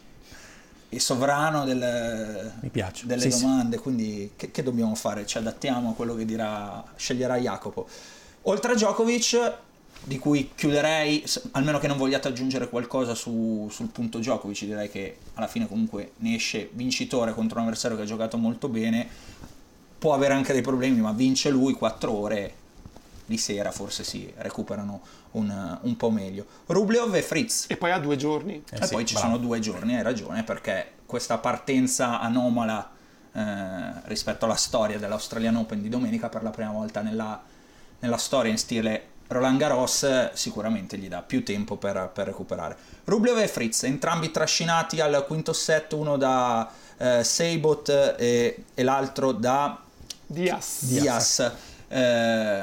e sovrano del, Mi piace. delle sì, domande, sì. Quindi che, che dobbiamo fare? Ci adattiamo a quello che dirà, sceglierà Jacopo. Oltre a Djokovic, di cui chiuderei, almeno che non vogliate aggiungere qualcosa su, sul punto Djokovic, direi che alla fine comunque ne esce vincitore contro un avversario che ha giocato molto bene. Può avere anche dei problemi, ma vince lui, quattro ore di sera forse si recuperano un, un po' meglio. Rublev e Fritz. E poi ha due giorni. Eh e sì, poi ci bravo. sono due giorni, hai ragione, perché questa partenza anomala eh, rispetto alla storia dell'Australian Open di domenica, per la prima volta nella, nella storia in stile Roland Garros, sicuramente gli dà più tempo per, per recuperare. Rublev e Fritz, entrambi trascinati al quinto set, uno da eh, Seibold e, e l'altro da Diaz. Diaz. Eh,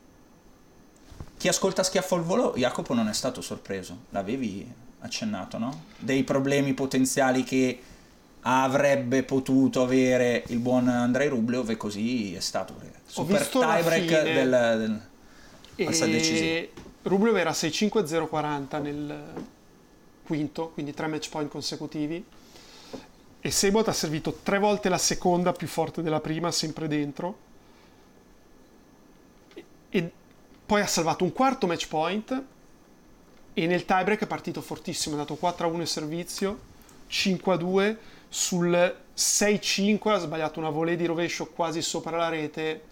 chi ascolta Schiaffo al volo, Jacopo, non è stato sorpreso, l'avevi accennato, no? Dei problemi potenziali che avrebbe potuto avere il buon Andrei Rublev, e così è stato. Super tiebreak del, del al set decisivo. Rublev era sei cinque zero quaranta nel quinto, quindi tre match point consecutivi, e Seibold ha servito tre volte la seconda più forte della prima, sempre dentro, e poi ha salvato un quarto match point e nel tiebreak è partito fortissimo, è andato quattro a uno in servizio, cinque a due, sul sei cinque ha sbagliato una volée di rovescio quasi sopra la rete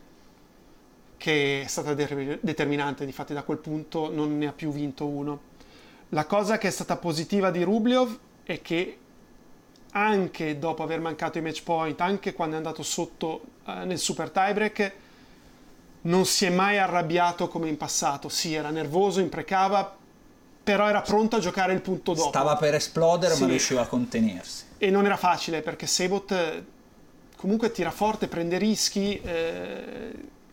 che è stata de- determinante, difatti da quel punto non ne ha più vinto uno. La cosa che è stata positiva di Rublev è che anche dopo aver mancato i match point, anche quando è andato sotto eh, nel super tiebreak, non si è mai arrabbiato come in passato. Sì, era nervoso, imprecava, però era pronto a giocare il punto dopo. Stava per esplodere, sì, ma riusciva a contenersi. E non era facile, perché Sejbot comunque tira forte, prende rischi, eh,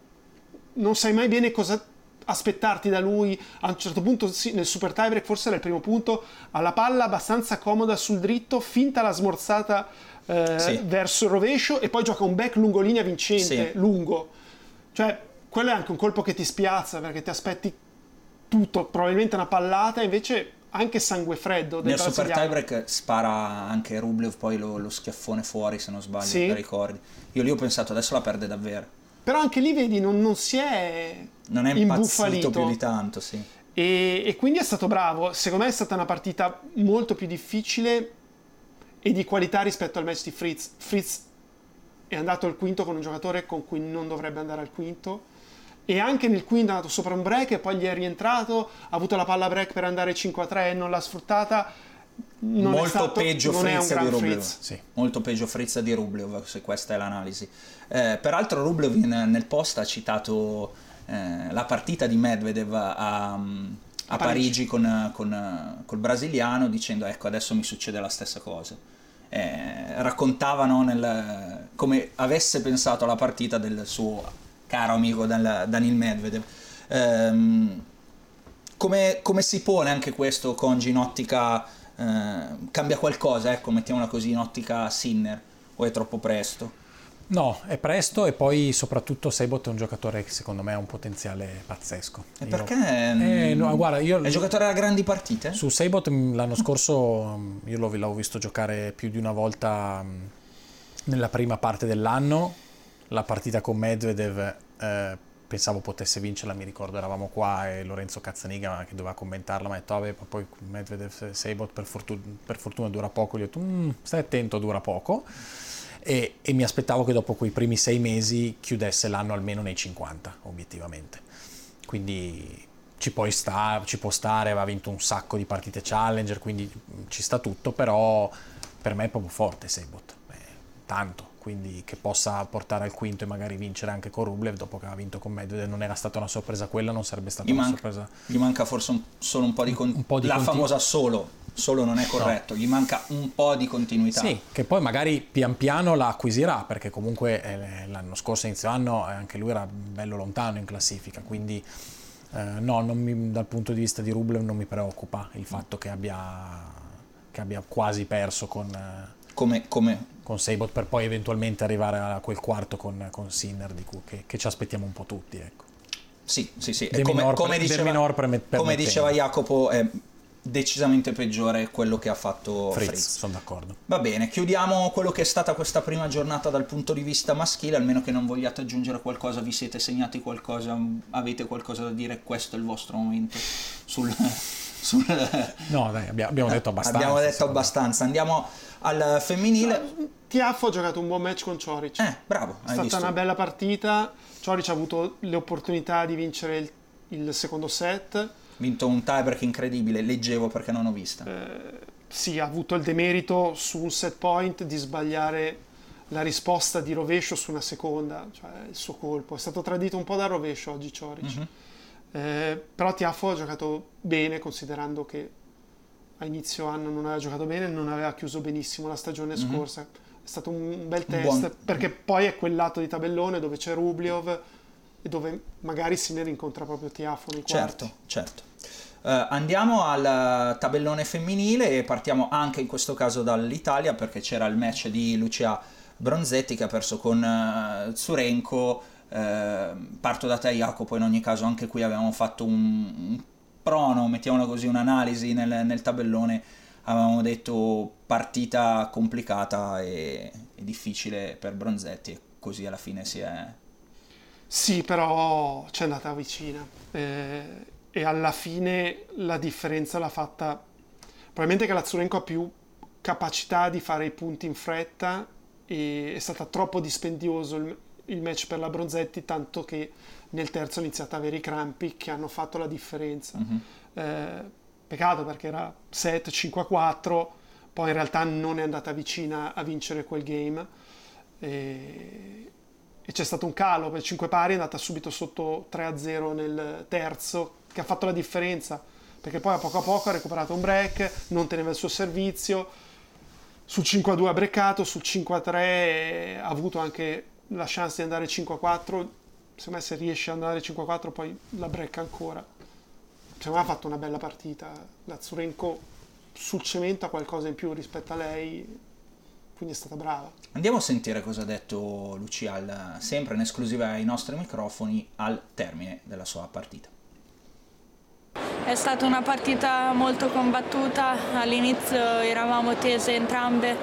non sai mai bene cosa aspettarti da lui. A un certo punto, sì, nel super tiebreak, forse era il primo punto, alla palla abbastanza comoda sul dritto, finta la smorzata eh, sì. verso il rovescio, e poi gioca un back lungolinea vincente, sì. lungo. Cioè, quello è anche un colpo che ti spiazza, perché ti aspetti tutto, probabilmente una pallata, invece anche sangue freddo del nel super brasiliano. tiebreak spara anche Rublev poi lo, lo schiaffone fuori, se non sbaglio, sì. ricordi. Io lì ho pensato, adesso la perde davvero. Però anche lì vedi, non, non si è non è impazzito più di tanto, sì. E, e quindi è stato bravo. Secondo me è stata una partita molto più difficile e di qualità rispetto al match di Fritz. Fritz è andato al quinto con un giocatore con cui non dovrebbe andare al quinto, e anche nel quinto è andato sopra un break e poi gli è rientrato, ha avuto la palla break per andare cinque a tre e non l'ha sfruttata. Non molto è stato, peggio non Fritz è un di Rublev. Fritz. Sì, molto peggio Fritz di Rublev, se questa è l'analisi. Eh, peraltro Rublev in, nel post ha citato eh, la partita di Medvedev a, a, a Parigi, Parigi con, con col brasiliano, dicendo ecco adesso mi succede la stessa cosa. Eh, raccontavano nel, come avesse pensato alla partita del suo caro amico Daniil Medvedev. Eh, come, come si pone anche questo Congi in ottica, eh, cambia qualcosa, ecco, mettiamola così, in ottica Sinner, o è troppo presto? No, è presto, e poi soprattutto Sejbot è un giocatore che secondo me ha un potenziale pazzesco. E io, perché? Eh, no, guarda, io, è giocatore a grandi partite? Su Sejbot l'anno scorso io l'avevo visto giocare più di una volta nella prima parte dell'anno. La partita con Medvedev eh, pensavo potesse vincerla, mi ricordo eravamo qua e Lorenzo Cazzaniga che doveva commentarla mi ha detto vabbè, poi Medvedev Sejbot per, fortuna, per fortuna dura poco. Gli ho detto mm, stai attento, dura poco. E, e mi aspettavo che dopo quei primi sei mesi chiudesse l'anno almeno nei cinquanta, obiettivamente. Quindi ci può stare, ci può stare, aveva vinto un sacco di partite Challenger, quindi ci sta tutto, però per me è proprio forte Sejbot, eh, tanto. Quindi che possa portare al quinto e magari vincere anche con Rublev dopo che aveva vinto con Medvedev, non era stata una sorpresa quella, non sarebbe stata gli una manca, sorpresa. Gli manca forse un, solo un po' di, con- un po' di la continu- famosa solo, solo non è corretto, no. Gli manca un po' di continuità. Sì, che poi magari pian piano la acquisirà, perché comunque eh, l'anno scorso, inizio anno, eh, anche lui era bello lontano in classifica, quindi eh, no, non mi, dal punto di vista di Rublev non mi preoccupa il fatto che abbia, che abbia quasi perso con... Eh, Come, come? con Sejbot, per poi eventualmente arrivare a quel quarto con, con Sinner di cui, che, che ci aspettiamo un po' tutti, ecco. Sì, sì, sì. De come, minor, come, diceva, per, per come diceva Jacopo, è decisamente peggiore quello che ha fatto Fritz. Fritz. Sono d'accordo. Va bene, chiudiamo quello che è stata questa prima giornata dal punto di vista maschile, almeno che non vogliate aggiungere qualcosa, vi siete segnati qualcosa, avete qualcosa da dire, questo è il vostro momento sul... sul no, dai, abbiamo, abbiamo detto abbastanza. Abbiamo detto abbastanza, andiamo al femminile. Tiafoe ha giocato un buon match con Ćorić. Eh, bravo. È stata visto. una bella partita. Ćorić ha avuto le opportunità di vincere il, il secondo set. Vinto un tiebreak incredibile, leggevo perché non ho vista. Eh, sì, ha avuto il demerito su un set point di sbagliare la risposta di rovescio su una seconda, cioè il suo colpo. È stato tradito un po' dal rovescio oggi Ćorić. Mm-hmm. Eh, però Tiafoe ha giocato bene, considerando che a inizio anno non aveva giocato bene, non aveva chiuso benissimo la stagione mm-hmm. scorsa. È stato un bel test, Buon... perché poi è quel lato di tabellone dove c'è Rublev e dove magari si ne rincontra proprio Tiafoe nei quarti. Certo, certo. Uh, andiamo al tabellone femminile e partiamo anche in questo caso dall'Italia, perché c'era il match di Lucia Bronzetti che ha perso con uh, Zurenko. Uh, parto da te Jacopo, in ogni caso anche qui avevamo fatto un, un prono, mettiamola così, un'analisi nel, nel tabellone, avevamo detto partita complicata e, e difficile per Bronzetti, e così alla fine si è... Sì, però c'è andata vicina. Eh, e alla fine la differenza l'ha fatta probabilmente che l'Azurenko ha più capacità di fare i punti in fretta e è stato troppo dispendioso il, il match per la Bronzetti, tanto che nel terzo ha iniziato ad avere i crampi che hanno fatto la differenza. Mm-hmm. eh, peccato perché era set cinque a quattro, poi in realtà non è andata vicina a vincere quel game e, e c'è stato un calo per cinque pari, è andata subito sotto tre a zero nel terzo, che ha fatto la differenza perché poi a poco a poco ha recuperato un break, non teneva il suo servizio, sul cinque a due ha breakato, sul cinque a tre ha avuto anche la chance di andare cinque a quattro, secondo me se riesce ad andare cinque a quattro poi la break ancora. Secondo me ha fatto una bella partita, l'Azurenko sul cemento ha qualcosa in più rispetto a lei, quindi è stata brava. Andiamo a sentire cosa ha detto Lucia, al, sempre in esclusiva ai nostri microfoni, al termine della sua partita. È stata una partita molto combattuta, all'inizio eravamo tese entrambe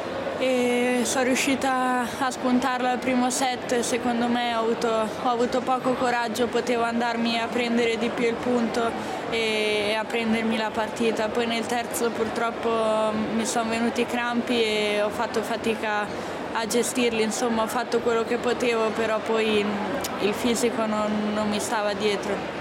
e sono riuscita a spuntarla al primo set, secondo me ho avuto, ho avuto poco coraggio, potevo andarmi a prendere di più il punto e a prendermi la partita. Poi nel terzo purtroppo mi sono venuti i crampi e ho fatto fatica a gestirli, insomma ho fatto quello che potevo, però poi il fisico non, non mi stava dietro.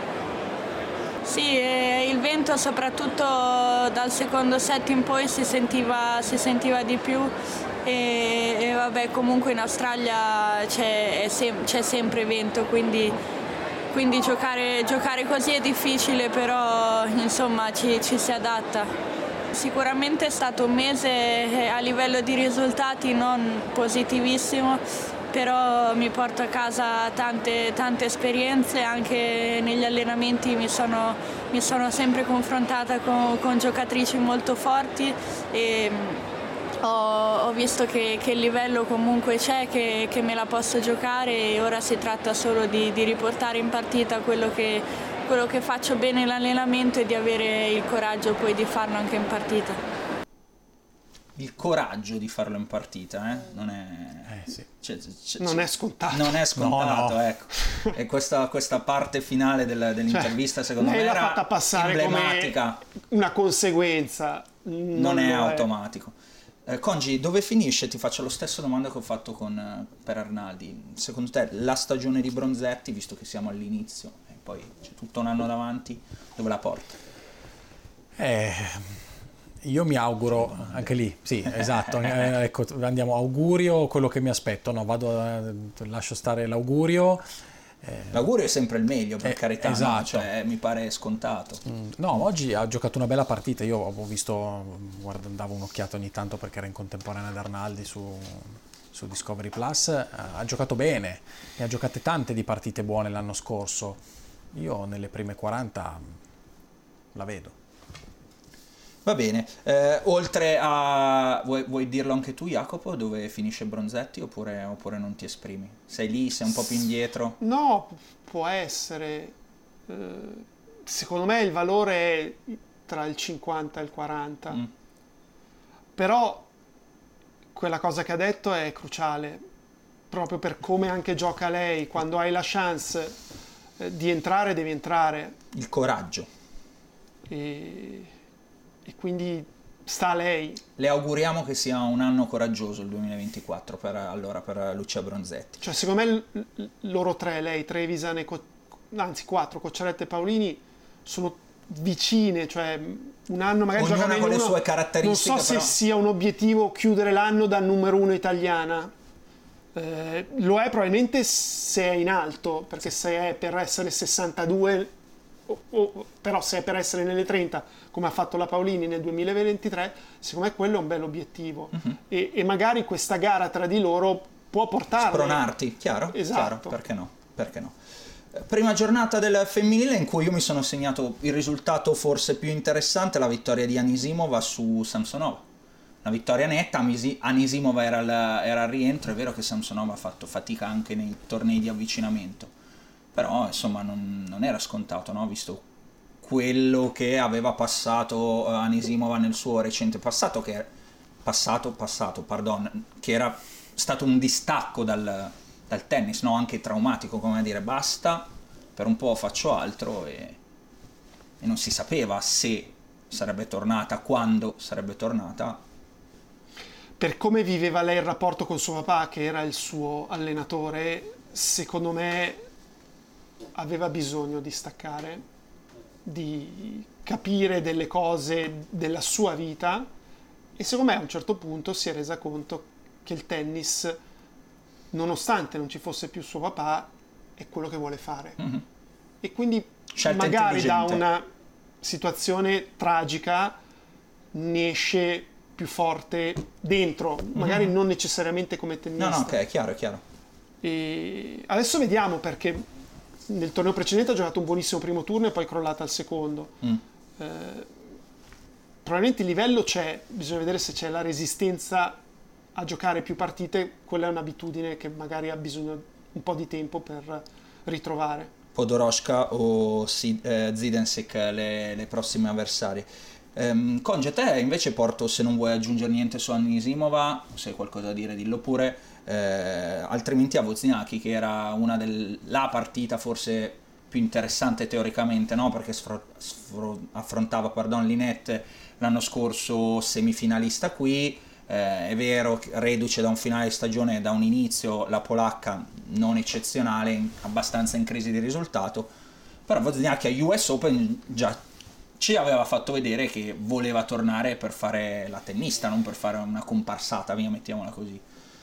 Sì, il vento soprattutto dal secondo set in poi si sentiva, si sentiva di più e, e vabbè comunque in Australia c'è, sem- c'è sempre vento, quindi, quindi giocare, giocare così è difficile, però insomma ci, ci si adatta. Sicuramente è stato un mese a livello di risultati non positivissimo, però mi porto a casa tante, tante esperienze, anche negli allenamenti mi sono, mi sono sempre confrontata con, con giocatrici molto forti e ho, ho visto che, che il livello comunque c'è, che, che me la posso giocare e ora si tratta solo di, di riportare in partita quello che, quello che faccio bene nell'allenamento e di avere il coraggio poi di farlo anche in partita. Il coraggio di farlo in partita, eh? Non è... Eh, sì. c'è, c'è, non è scontato. Non è scontato, no, no. Ecco. E questa, questa parte finale del, dell'intervista, cioè, secondo me, lei l'ha era fatta passare emblematica. Come una conseguenza. Non, non è è automatico. Eh, Congi, dove finisce? Ti faccio la stessa domanda che ho fatto con, per Arnaldi. Secondo te la stagione di Bronzetti, visto che siamo all'inizio e poi c'è tutto un anno davanti, dove la porta? Eh... Io mi auguro, anche lì, sì, esatto, eh, ecco, andiamo, augurio, quello che mi aspetto, no, vado, eh, lascio stare l'augurio. Eh, l'augurio è sempre il meglio, per eh, carità, esatto. No? Cioè, mi pare scontato. Mm, no, oggi ha giocato una bella partita, io ho visto, guarda, davo un'occhiata ogni tanto perché era in contemporanea ad Arnaldi su, su Discovery Plus, eh, ha giocato bene e ha giocate tante di partite buone l'anno scorso, io nelle prime quaranta la vedo. Va bene, eh, oltre a... Vuoi, vuoi dirlo anche tu, Jacopo, dove finisce Bronzetti oppure, oppure non ti esprimi? Sei lì, sei un po' più indietro? No, può essere. Eh, secondo me il valore è tra il cinquanta e il quaranta. Mm. Però quella cosa che ha detto è cruciale, proprio per come anche gioca lei. Quando hai la chance eh, di entrare, devi entrare. Il coraggio. E... e quindi sta a lei. Le auguriamo che sia un anno coraggioso il duemilaventiquattro per, allora, per Lucia Bronzetti. Cioè secondo me l- l- loro tre, lei, Trevisan e Co- anzi quattro, Cocciaretta e Paolini, sono vicine, cioè un anno magari ognuna giocano in con le uno, sue caratteristiche. Non so però... se sia un obiettivo chiudere l'anno da numero uno italiana. Eh, lo è probabilmente se è in alto, perché se è per essere sessantadue, o, o, però se è per essere nelle trenta, come ha fatto la Paolini nel duemilaventitré, secondo me quello è un bel obiettivo. Uh-huh. e, e magari questa gara tra di loro può portarli. Spronarti, chiaro? Esatto. Chiaro, perché no? Perché no? Prima giornata del femminile in cui io mi sono segnato il risultato forse più interessante, la vittoria di Anisimova su Samsonova. Una vittoria netta, Anisimova era, la, era al rientro, è vero che Samsonova ha fatto fatica anche nei tornei di avvicinamento, però insomma non, non era scontato, no? Visto quello che aveva passato Anisimova nel suo recente passato, che passato, passato, pardon, che era stato un distacco dal, dal tennis, no? Anche traumatico, come dire, basta, per un po' faccio altro e, e non si sapeva se sarebbe tornata, quando sarebbe tornata. Per come viveva lei il rapporto con suo papà, che era il suo allenatore, secondo me aveva bisogno di staccare, di capire delle cose della sua vita, e secondo me a un certo punto si è resa conto che il tennis, nonostante non ci fosse più suo papà, è quello che vuole fare. Mm-hmm. E quindi Scelta magari da una situazione tragica ne esce più forte dentro, magari mm-hmm. non necessariamente come tennista. No, no, ok, è chiaro, è chiaro. E adesso vediamo, perché nel torneo precedente ha giocato un buonissimo primo turno e poi è crollata al secondo. Mm. Eh, probabilmente il livello c'è, bisogna vedere se c'è la resistenza a giocare più partite. Quella è un'abitudine che magari ha bisogno un po' di tempo per ritrovare. Podoroska o Zidenšek le, le prossime avversarie. Um, Conge, te invece porto, se non vuoi aggiungere niente su Anisimova, se hai qualcosa da dire dillo pure, eh, altrimenti a Wozniacki, che era una della partita forse più interessante teoricamente, no? Perché sfro- sfro- affrontava pardon, Linette l'anno scorso semifinalista qui, eh, è vero, reduce da un finale di stagione, da un inizio, la polacca non eccezionale, in, abbastanza in crisi di risultato, però Wozniacki a U S Open già ci aveva fatto vedere che voleva tornare per fare la tennista, non per fare una comparsata, via, mettiamola così.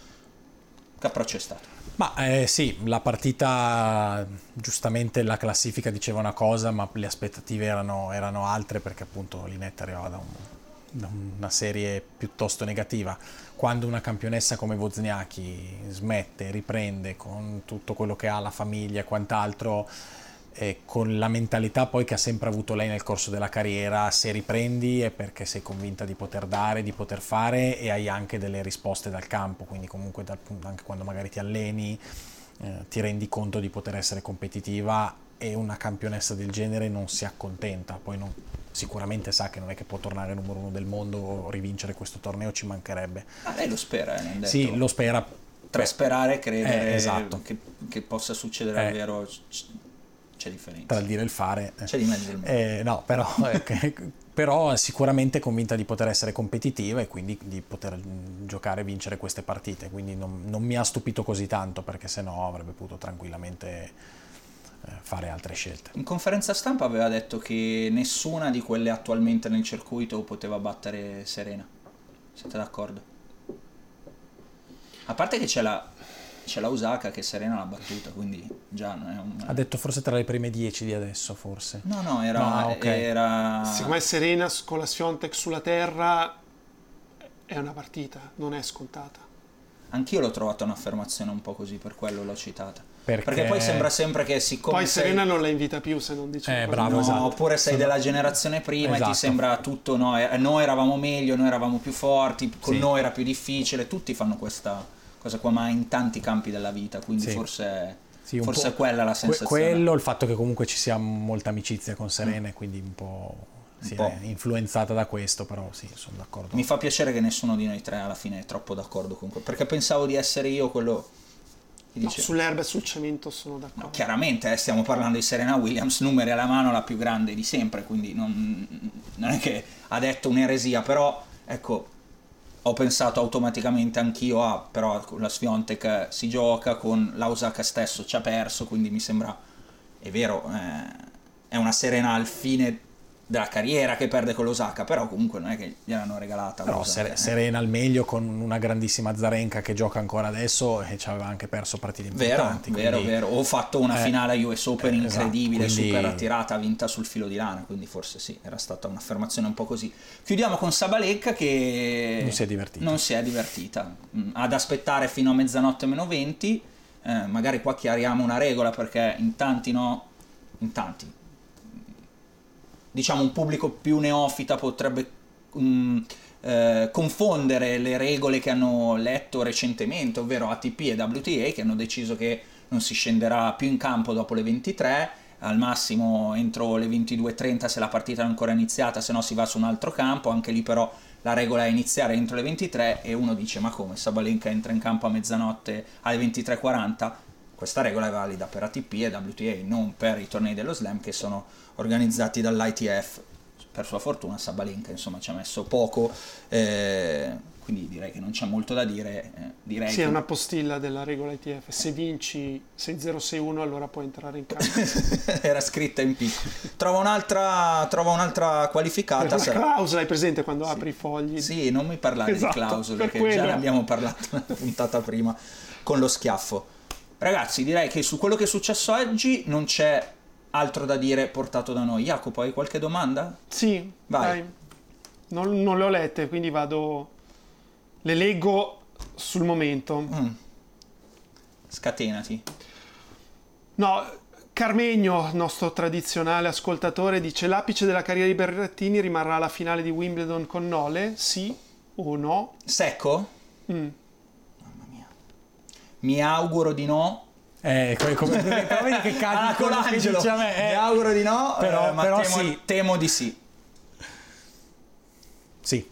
Che approccio è stato? Ma eh, sì, la partita, giustamente la classifica diceva una cosa, ma le aspettative erano, erano altre, perché appunto Linette arrivava da, un, da una serie piuttosto negativa. Quando una campionessa come Wozniacki smette, riprende con tutto quello che ha, la famiglia e quant'altro, e con la mentalità poi che ha sempre avuto lei nel corso della carriera, se riprendi è perché sei convinta di poter dare, di poter fare, e hai anche delle risposte dal campo, quindi comunque dal, anche quando magari ti alleni eh, ti rendi conto di poter essere competitiva, e una campionessa del genere non si accontenta, poi non, sicuramente sa che non è che può tornare numero uno del mondo o rivincere questo torneo, ci mancherebbe. Ah, lei lo spera, eh, non detto. Sì, lo spera. Tra sperare e credere eh, esatto. che, che possa succedere eh. davvero... C'è differenza. Tra il dire e il fare. C'è di mezzo il mondo. Eh, no, però, eh, però sicuramente convinta di poter essere competitiva e quindi di poter giocare e vincere queste partite. Quindi non, non mi ha stupito così tanto, perché sennò avrebbe potuto tranquillamente eh, fare altre scelte. In conferenza stampa aveva detto che nessuna di quelle attualmente nel circuito poteva battere Serena. Siete d'accordo? A parte che c'è la... c'è la Osaka che Serena l'ha battuta, quindi già non è un... Ha detto forse tra le prime dieci di adesso, forse. No, no, era... No, okay. era... Secondo me Serena con la Swiatek sulla terra è una partita, non è scontata. Anch'io l'ho trovata un'affermazione un po' così, per quello l'ho citata. Perché, Perché poi sembra sempre che siccome poi sei... Serena non la invita più se non dice eh, bravo, no, esatto. Oppure sei Sono... della generazione prima esatto. E ti sembra tutto no, noi eravamo meglio, noi eravamo più forti, con sì. noi era più difficile, tutti fanno questa cosa qua, ma in tanti campi della vita, quindi sì. forse, sì, forse è quella la sensazione. Quello, il fatto che comunque ci sia molta amicizia con Serena, mm. quindi un po', un sì, po'. È influenzata da questo, però sì, sono d'accordo. Mi fa piacere che nessuno di noi tre alla fine è troppo d'accordo con quello, perché pensavo di essere io quello... No, sull'erba e sul cemento sono d'accordo. No, chiaramente eh, stiamo parlando di Serena Williams, numeri alla mano, la più grande di sempre, quindi non, non è che ha detto un'eresia, però ecco, ho pensato automaticamente anch'io a, però con la Swiatek si gioca, con la Osaka stesso ci ha perso, quindi mi sembra, è vero, eh, è una Serena al fine della carriera che perde con l'Osaka, però comunque non è che gliel'hanno regalata. Però Osaka, Serena al meglio, con una grandissima Azarenka che gioca ancora adesso e ci aveva anche perso partite importanti. Vero, quindi, vero, vero. Ho fatto una eh, finale a U S Open eh, incredibile, esatto, quindi... super attirata, vinta sul filo di lana, quindi forse sì, era stata un'affermazione un po' così. Chiudiamo con Sabalenka che non si è divertita. Non si è divertita. Ad aspettare fino a mezzanotte meno venti, eh, magari qua chiariamo una regola, perché in tanti no, in tanti. Diciamo un pubblico più neofita potrebbe um, eh, confondere le regole che hanno letto recentemente, ovvero A T P e W T A, che hanno deciso che non si scenderà più in campo dopo le ventitré, al massimo entro le ventidue e trenta se la partita è ancora iniziata, se no si va su un altro campo. Anche lì però la regola è iniziare entro le ventitré, e uno dice: ma come, Sabalenka entra in campo a mezzanotte alle ventitré e quaranta? questa regola è valida per A T P e W T A, non per i tornei dello Slam che sono organizzati dall'I T F. Per sua fortuna Sabalenka insomma ci ha messo poco, eh, quindi direi che non c'è molto da dire. Eh, direi sì, che... è una postilla della regola I T F, se vinci sei zero sei uno allora puoi entrare in campo. Era scritta in piccolo. Trova un'altra, trova un'altra qualificata. Per la sarà... clausola, hai presente quando sì. apri i fogli? Sì, non mi parlare esatto, di clausole, che quello. già ne abbiamo parlato una puntata prima con lo schiaffo. Ragazzi, direi che su quello che è successo oggi non c'è altro da dire portato da noi. Jacopo, hai qualche domanda? Sì, vai. Dai. Non, non le ho lette, quindi vado... Le leggo sul momento. Mm. Scatenati. No, Carmegno, nostro tradizionale ascoltatore, dice: l'apice della carriera di Berrettini rimarrà alla finale di Wimbledon con Nole? Sì o no? Secco? Mm. Mamma mia. Mi auguro di no. Eh, come, come vedi che cadi ah, con Angelo. Che a me, eh. Mi auguro di no, però, eh, ma però temo, sì. temo di sì. Sì.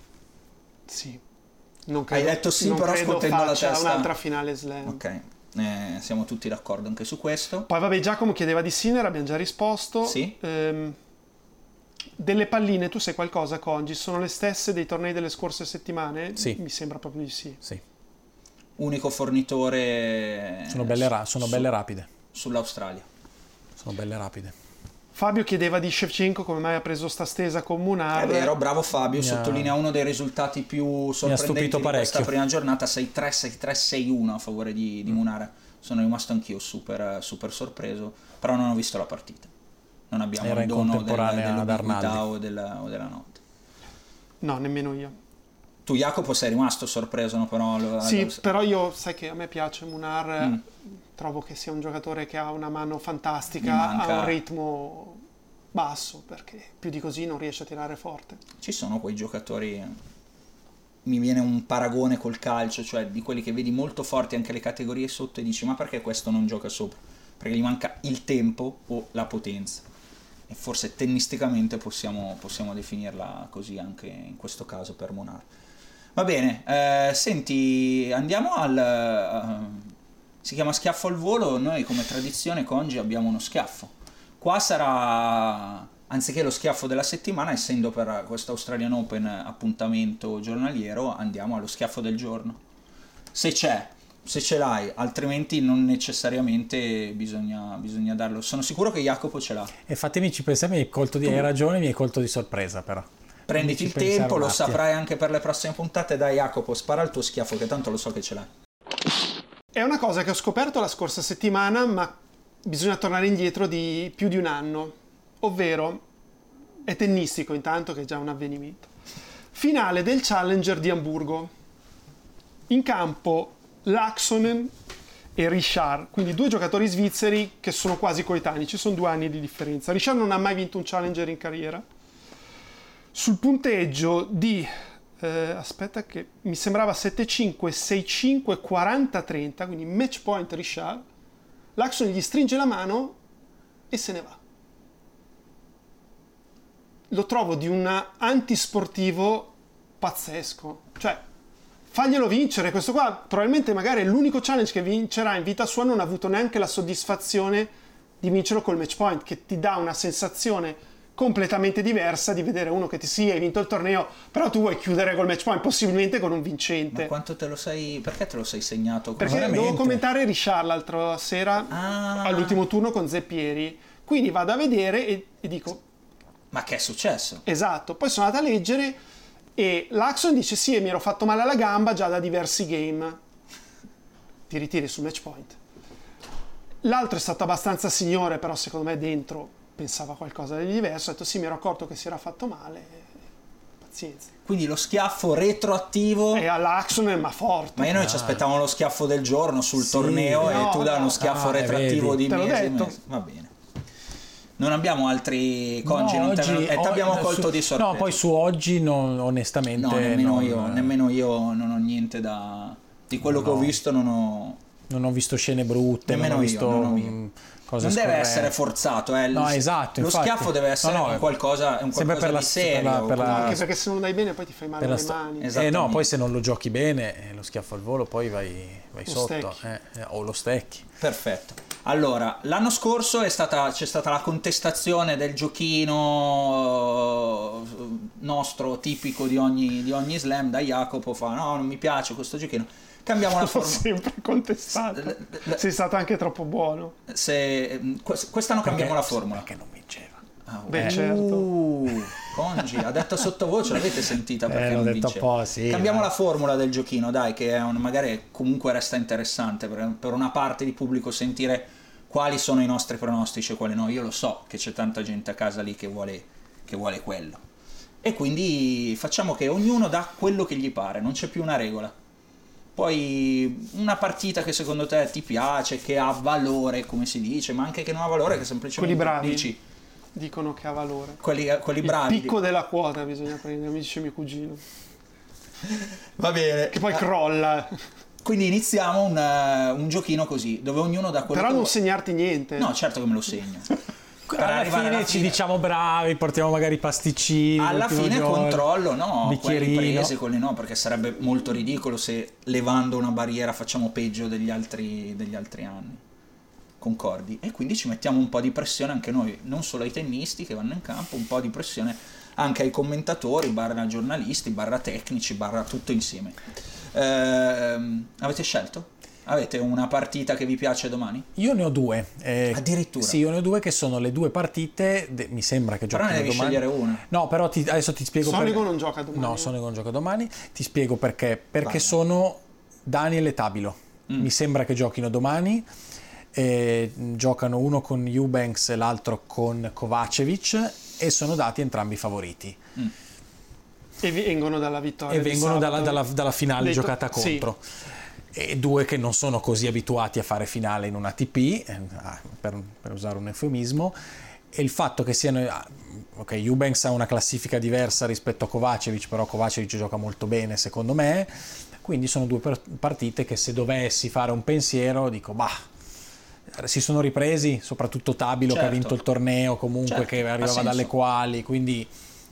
Sì. Non credo, Hai detto sì, non però scuotendo la testa. Un'altra finale slam. Ok, eh, siamo tutti d'accordo anche su questo. Poi vabbè, Giacomo chiedeva di Sinner, abbiamo già risposto. Sì. Ehm, delle palline, tu sai qualcosa, Congi? Sono le stesse dei tornei delle scorse settimane? Sì. Mi sembra proprio di sì. Sì. Unico fornitore... Sono belle, ra- sono su, belle rapide. Sull'Australia. Sono belle rapide. Fabio chiedeva di Shevchenko come mai ha preso sta stesa con Munar. È vero, bravo Fabio, Mi ha... sottolinea uno dei risultati più sorprendenti di questa prima giornata, sei tre sei tre sei uno a favore di, di Munar. Sono rimasto anch'io super, super sorpreso, però non ho visto la partita. Non abbiamo Era il in dono contemporanea del, ad dell'ubiquità o della, o della notte. No, nemmeno io. Tu Jacopo sei rimasto sorpreso, no? Però lo, sì, lo... però io, sai che a me piace Munar, mm. trovo che sia un giocatore che ha una mano fantastica, ha un ritmo basso, perché più di così non riesce a tirare forte. Ci sono quei giocatori, mi viene un paragone col calcio, cioè di quelli che vedi molto forti anche le categorie sotto e dici ma perché questo non gioca sopra? Perché gli manca il tempo o la potenza, e forse tennisticamente possiamo, possiamo definirla così anche in questo caso per Munar. Va bene, eh, senti, andiamo al... Uh, si chiama schiaffo al volo. Noi come tradizione Congi abbiamo uno schiaffo. Qua sarà, anziché lo schiaffo della settimana, essendo per questo Australian Open appuntamento giornaliero, andiamo allo schiaffo del giorno. Se c'è, se ce l'hai, altrimenti non necessariamente bisogna, bisogna darlo. Sono sicuro che Jacopo ce l'ha. E fatemi ci pensare, mi hai colto di, hai ragione, mi hai colto di sorpresa però. Prenditi il tempo, lo saprai anche per le prossime puntate. Dai Jacopo, spara il tuo schiaffo che tanto lo so che ce l'hai. È una cosa che ho scoperto la scorsa settimana, ma bisogna tornare indietro di più di un anno, ovvero è tennistico intanto, che è già un avvenimento. Finale del Challenger di Amburgo. In campo Laaksonen e Richard, quindi due giocatori svizzeri che sono quasi coetanei, ci sono due anni di differenza. Richard non ha mai vinto un Challenger in carriera. Sul punteggio di eh, aspetta che mi sembrava sette cinque, sei cinque, quaranta trenta, quindi match point Richard, Laaksonen gli stringe la mano e se ne va. Lo trovo di un antisportivo pazzesco, cioè faglielo vincere. Questo qua probabilmente magari è l'unico challenge che vincerà in vita sua, non ha avuto neanche la soddisfazione di vincerlo col match point, che ti dà una sensazione completamente diversa di vedere uno che ti sì, hai vinto il torneo, però tu vuoi chiudere col match point, possibilmente con un vincente. Ma quanto te lo sei, perché te lo sei segnato? Perché veramente? Dovevo commentare Richard l'altra sera ah. all'ultimo turno con Zeppieri, quindi vado a vedere e, e dico ma che è successo? Esatto, poi sono andato a leggere e Laaksonen dice sì, e mi ero fatto male alla gamba già da diversi game. Ti ritiri sul match point. L'altro è stato abbastanza signore, però secondo me dentro pensava qualcosa di diverso. Ha detto sì, mi ero accorto che si era fatto male, pazienza. Quindi lo schiaffo retroattivo e a Laaksonen, ma forte. Ma io noi ah. ci aspettavamo lo schiaffo del giorno sul sì, torneo no, e tu dai uno schiaffo ah, retroattivo di mesi, mesi. Va bene. Non abbiamo altri Congi, no, non oggi, te, ti abbiamo colto su, di sorpresa. No, poi su oggi non, onestamente no, nemmeno, non, io, nemmeno io non ho niente da... Di quello no, che ho visto non ho... Non ho visto scene brutte, nemmeno non ho visto io, non ho cose non deve scorrette. essere forzato, eh. No, esatto, Lo infatti. schiaffo deve essere No, no, un qualcosa, un sempre qualcosa per la- di serio. per la- per la- Anche perché se non dai bene poi ti fai male Per la alle sta- mani. Esatto. Eh no, poi se non lo giochi bene, eh, lo schiaffo al volo, poi vai, vai Lo sotto, stecchi. eh, eh, o lo stecchi. Perfetto. Allora, l'anno scorso è stata, c'è stata la contestazione del giochino nostro tipico di ogni, di ogni slam. Da Jacopo fa: no, non mi piace questo giochino. Cambiamo la L'ho formula. sempre contestato. L- l- Sei stato anche troppo buono. Se, quest- quest'anno cambiamo la formula. Perché non vinceva. Ah, Beh, uh, certo. Congi, ha detto sottovoce, l'avete sentita perché Eh, l'ho non detto vinceva. un po', sì, Cambiamo dai. la formula del giochino, dai, che è un, magari comunque resta interessante per, per una parte di pubblico sentire quali sono i nostri pronostici e quali no. Io lo so che c'è tanta gente a casa lì che vuole, che vuole quello. E quindi facciamo che ognuno dà quello che gli pare, non c'è più una regola. Poi una partita che secondo te ti piace, che ha valore, come si dice, ma anche che non ha valore, che semplicemente Quelli bravi dici dicono che ha valore. quelli, quelli Il bravi. picco della quota bisogna prendere, mi dice mio cugino. Va bene. Che poi crolla. Quindi iniziamo un, uh, un giochino così, dove ognuno dà quello Però che non vuole. segnarti niente. No, certo che me lo segno. Per Alla arrivare fine alla ci fine- diciamo bravi, portiamo magari i pasticcini. Alla l'ultimo fine giorno, controllo, no, quelli bicchierino. presi, quelli no, perché sarebbe molto ridicolo se levando una barriera facciamo peggio degli altri, degli altri anni. Concordi? E quindi ci mettiamo un po' di pressione anche noi, non solo ai tennisti che vanno in campo, un po' di pressione anche ai commentatori, barra giornalisti, barra tecnici, barra tutto insieme. Ehm, avete scelto? Avete una partita che vi piace domani? Io ne ho due. eh, Addirittura? Sì, io ne ho due che sono le due partite, de- mi sembra che Però ne giochino devi domani. scegliere una. No, però ti- adesso ti spiego Sonico perché. non gioca domani. No, Sonico non gioca domani. Ti spiego perché. Perché Vai. sono Daniel e Tabilo. Mm. Mi sembra che giochino domani. Eh, giocano uno con Eubanks e l'altro con Kovacevic e sono dati entrambi favoriti. Mm. E vengono dalla vittoria. E di vengono dalla, sabato. dalla- dalla finale Detto- giocata sì. contro. E due che non sono così abituati a fare finale in una A T P, eh, per, per usare un eufemismo, e il fatto che siano... ah, ok, Eubanks ha una classifica diversa rispetto a Kovacevic, però Kovacevic gioca molto bene secondo me, quindi sono due per- partite che se dovessi fare un pensiero dico, bah, si sono ripresi, soprattutto Tabilo che ha Certo. vinto il torneo comunque, Certo, che ha arrivava senso. dalle quali, quindi...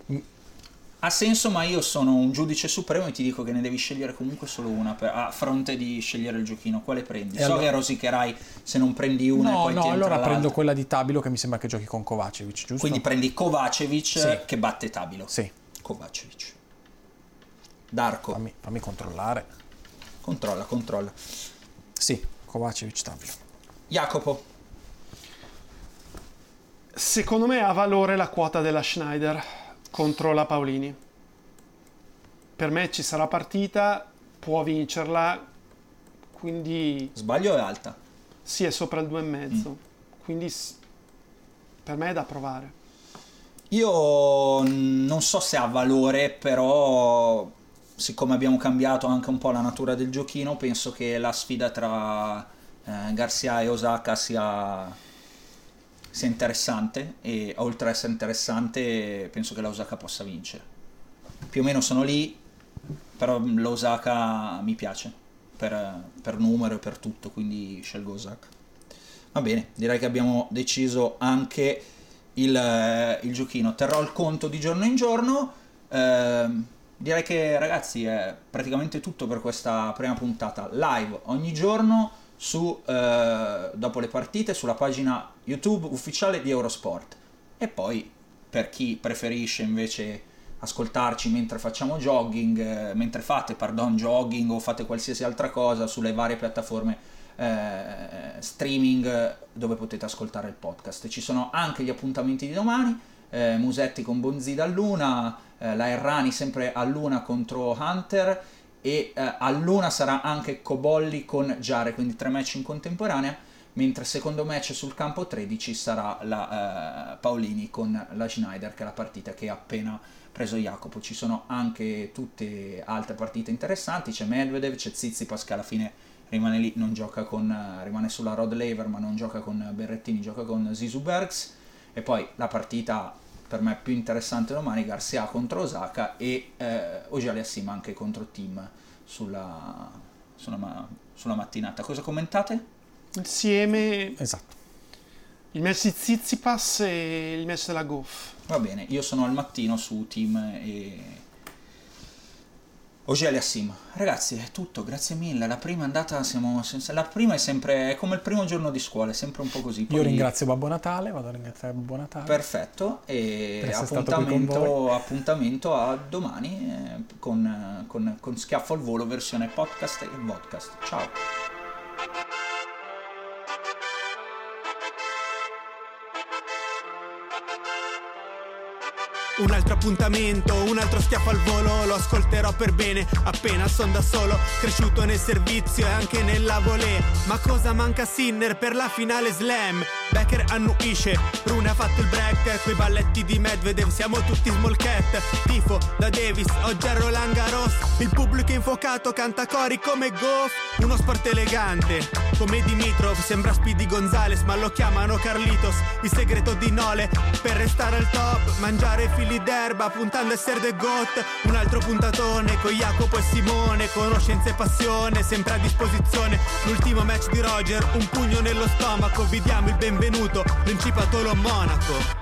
Ha senso, ma io sono un giudice supremo e ti dico che ne devi scegliere comunque solo una per- a fronte di scegliere il giochino. Quale prendi? E So allora- che rosicherai se non prendi una e No, poi no, ti entra allora l'altra. prendo quella di Tabilo che mi sembra che giochi con Kovacevic, giusto? Quindi prendi Kovacevic Sì. che batte Tabilo. Sì, Kovacevic. Darko. fammi, fammi controllare. Controlla, controlla. Sì, Kovacevic Tabilo. Jacopo. Secondo me ha valore la quota della Schneider contro la Paolini. Per me ci sarà partita, può vincerla, quindi Sbaglio è alta. sì, è sopra il due e mezzo. Quindi s- per me è da provare. Io non so se ha valore, però siccome abbiamo cambiato anche un po' la natura del giochino, penso che la sfida tra eh, Garcia e Osaka sia, sia interessante, e oltre ad essere interessante penso che la Osaka possa vincere. Più o meno sono lì, però l'Osaka mi piace per, per numero e per tutto, quindi scelgo Osaka. Va bene, direi che abbiamo deciso anche il, il giochino. Terrò il conto di giorno in giorno. Ehm, direi che, ragazzi, è praticamente tutto per questa prima puntata live ogni giorno su, eh, dopo le partite, sulla pagina YouTube ufficiale di Eurosport. E poi per chi preferisce invece ascoltarci mentre facciamo jogging, eh, mentre fate pardon, jogging o fate qualsiasi altra cosa sulle varie piattaforme eh, streaming dove potete ascoltare il podcast. Ci sono anche gli appuntamenti di domani, eh, Musetti con Bonzida a Luna, eh, la Errani sempre a Luna contro Hunter, e eh, a Luna sarà anche Cobolli con Giare, quindi tre match in contemporanea, mentre il secondo match sul campo tredici sarà la eh, Paolini con la Schneider, che è la partita che ha appena preso Jacopo. Ci sono anche tutte altre partite interessanti, c'è Medvedev, c'è Tsitsipas che alla fine rimane lì, non gioca con, rimane sulla Rod Laver ma non gioca con Berrettini, gioca con Zizou Bergs. E poi la partita per me più interessante domani, Garcia contro Osaka e eh, Auger-Aliassime anche contro Thiem sulla, sulla, ma- sulla mattinata. Cosa commentate? Insieme Esatto. Il match di Tsitsipas e il match della Gauff. Va bene, io sono al mattino su Team e Auger-Aliassime. Ragazzi, è tutto, grazie mille. La prima andata siamo la prima è sempre è come il primo giorno di scuola, è sempre un po' così. Poi... Io ringrazio Babbo Natale, vado a ringraziare Babbo Natale. Perfetto, e appuntamento, appuntamento a domani eh, con, con, con Schiaffo al Volo versione podcast e vodcast. Ciao. Un altro appuntamento, un altro schiaffo al volo, lo ascolterò per bene, appena son da solo, cresciuto nel servizio e anche nella volée. Ma cosa manca a Sinner per la finale slam? Becker annuisce, Rune ha fatto il break, coi balletti di Medvedev siamo tutti small cat. Tifo da Davis, oggi a Roland Garros, il pubblico infuocato canta cori come Goff. Uno sport elegante, come Dimitrov, sembra Speedy Gonzales ma lo chiamano Carlitos. Il segreto di Nole, per restare al top, mangiare fili d'erba puntando a essere the goat. Un altro puntatone con Jacopo e Simone, conoscenza e passione sempre a disposizione. L'ultimo match di Roger, un pugno nello stomaco, vi diamo il benvenuto, Principatolo Monaco.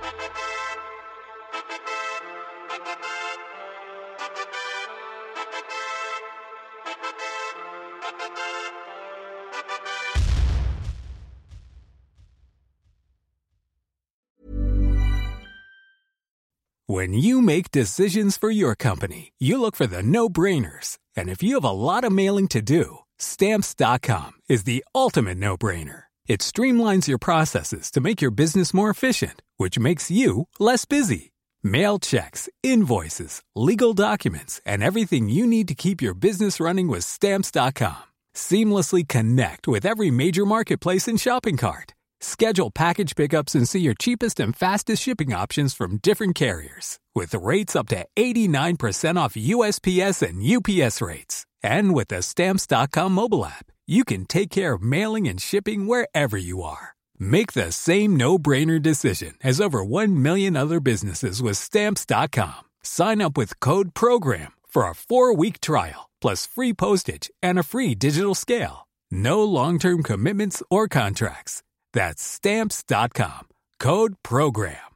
When you make decisions for your company, you look for the no-brainers. And if you have a lot of mailing to do, Stamps dot com is the ultimate no-brainer. It streamlines your processes to make your business more efficient, which makes you less busy. Mail checks, invoices, legal documents, and everything you need to keep your business running with Stamps dot com. Seamlessly connect with every major marketplace and shopping cart. Schedule package pickups and see your cheapest and fastest shipping options from different carriers. With rates up to eighty-nine percent off U S P S and U P S rates. And with the Stamps dot com mobile app, you can take care of mailing and shipping wherever you are. Make the same no-brainer decision as over one million other businesses with Stamps dot com. Sign up with code PROGRAM for a four-week trial, plus free postage and a free digital scale. No long-term commitments or contracts. That's Stamps dot com. Code PROGRAM.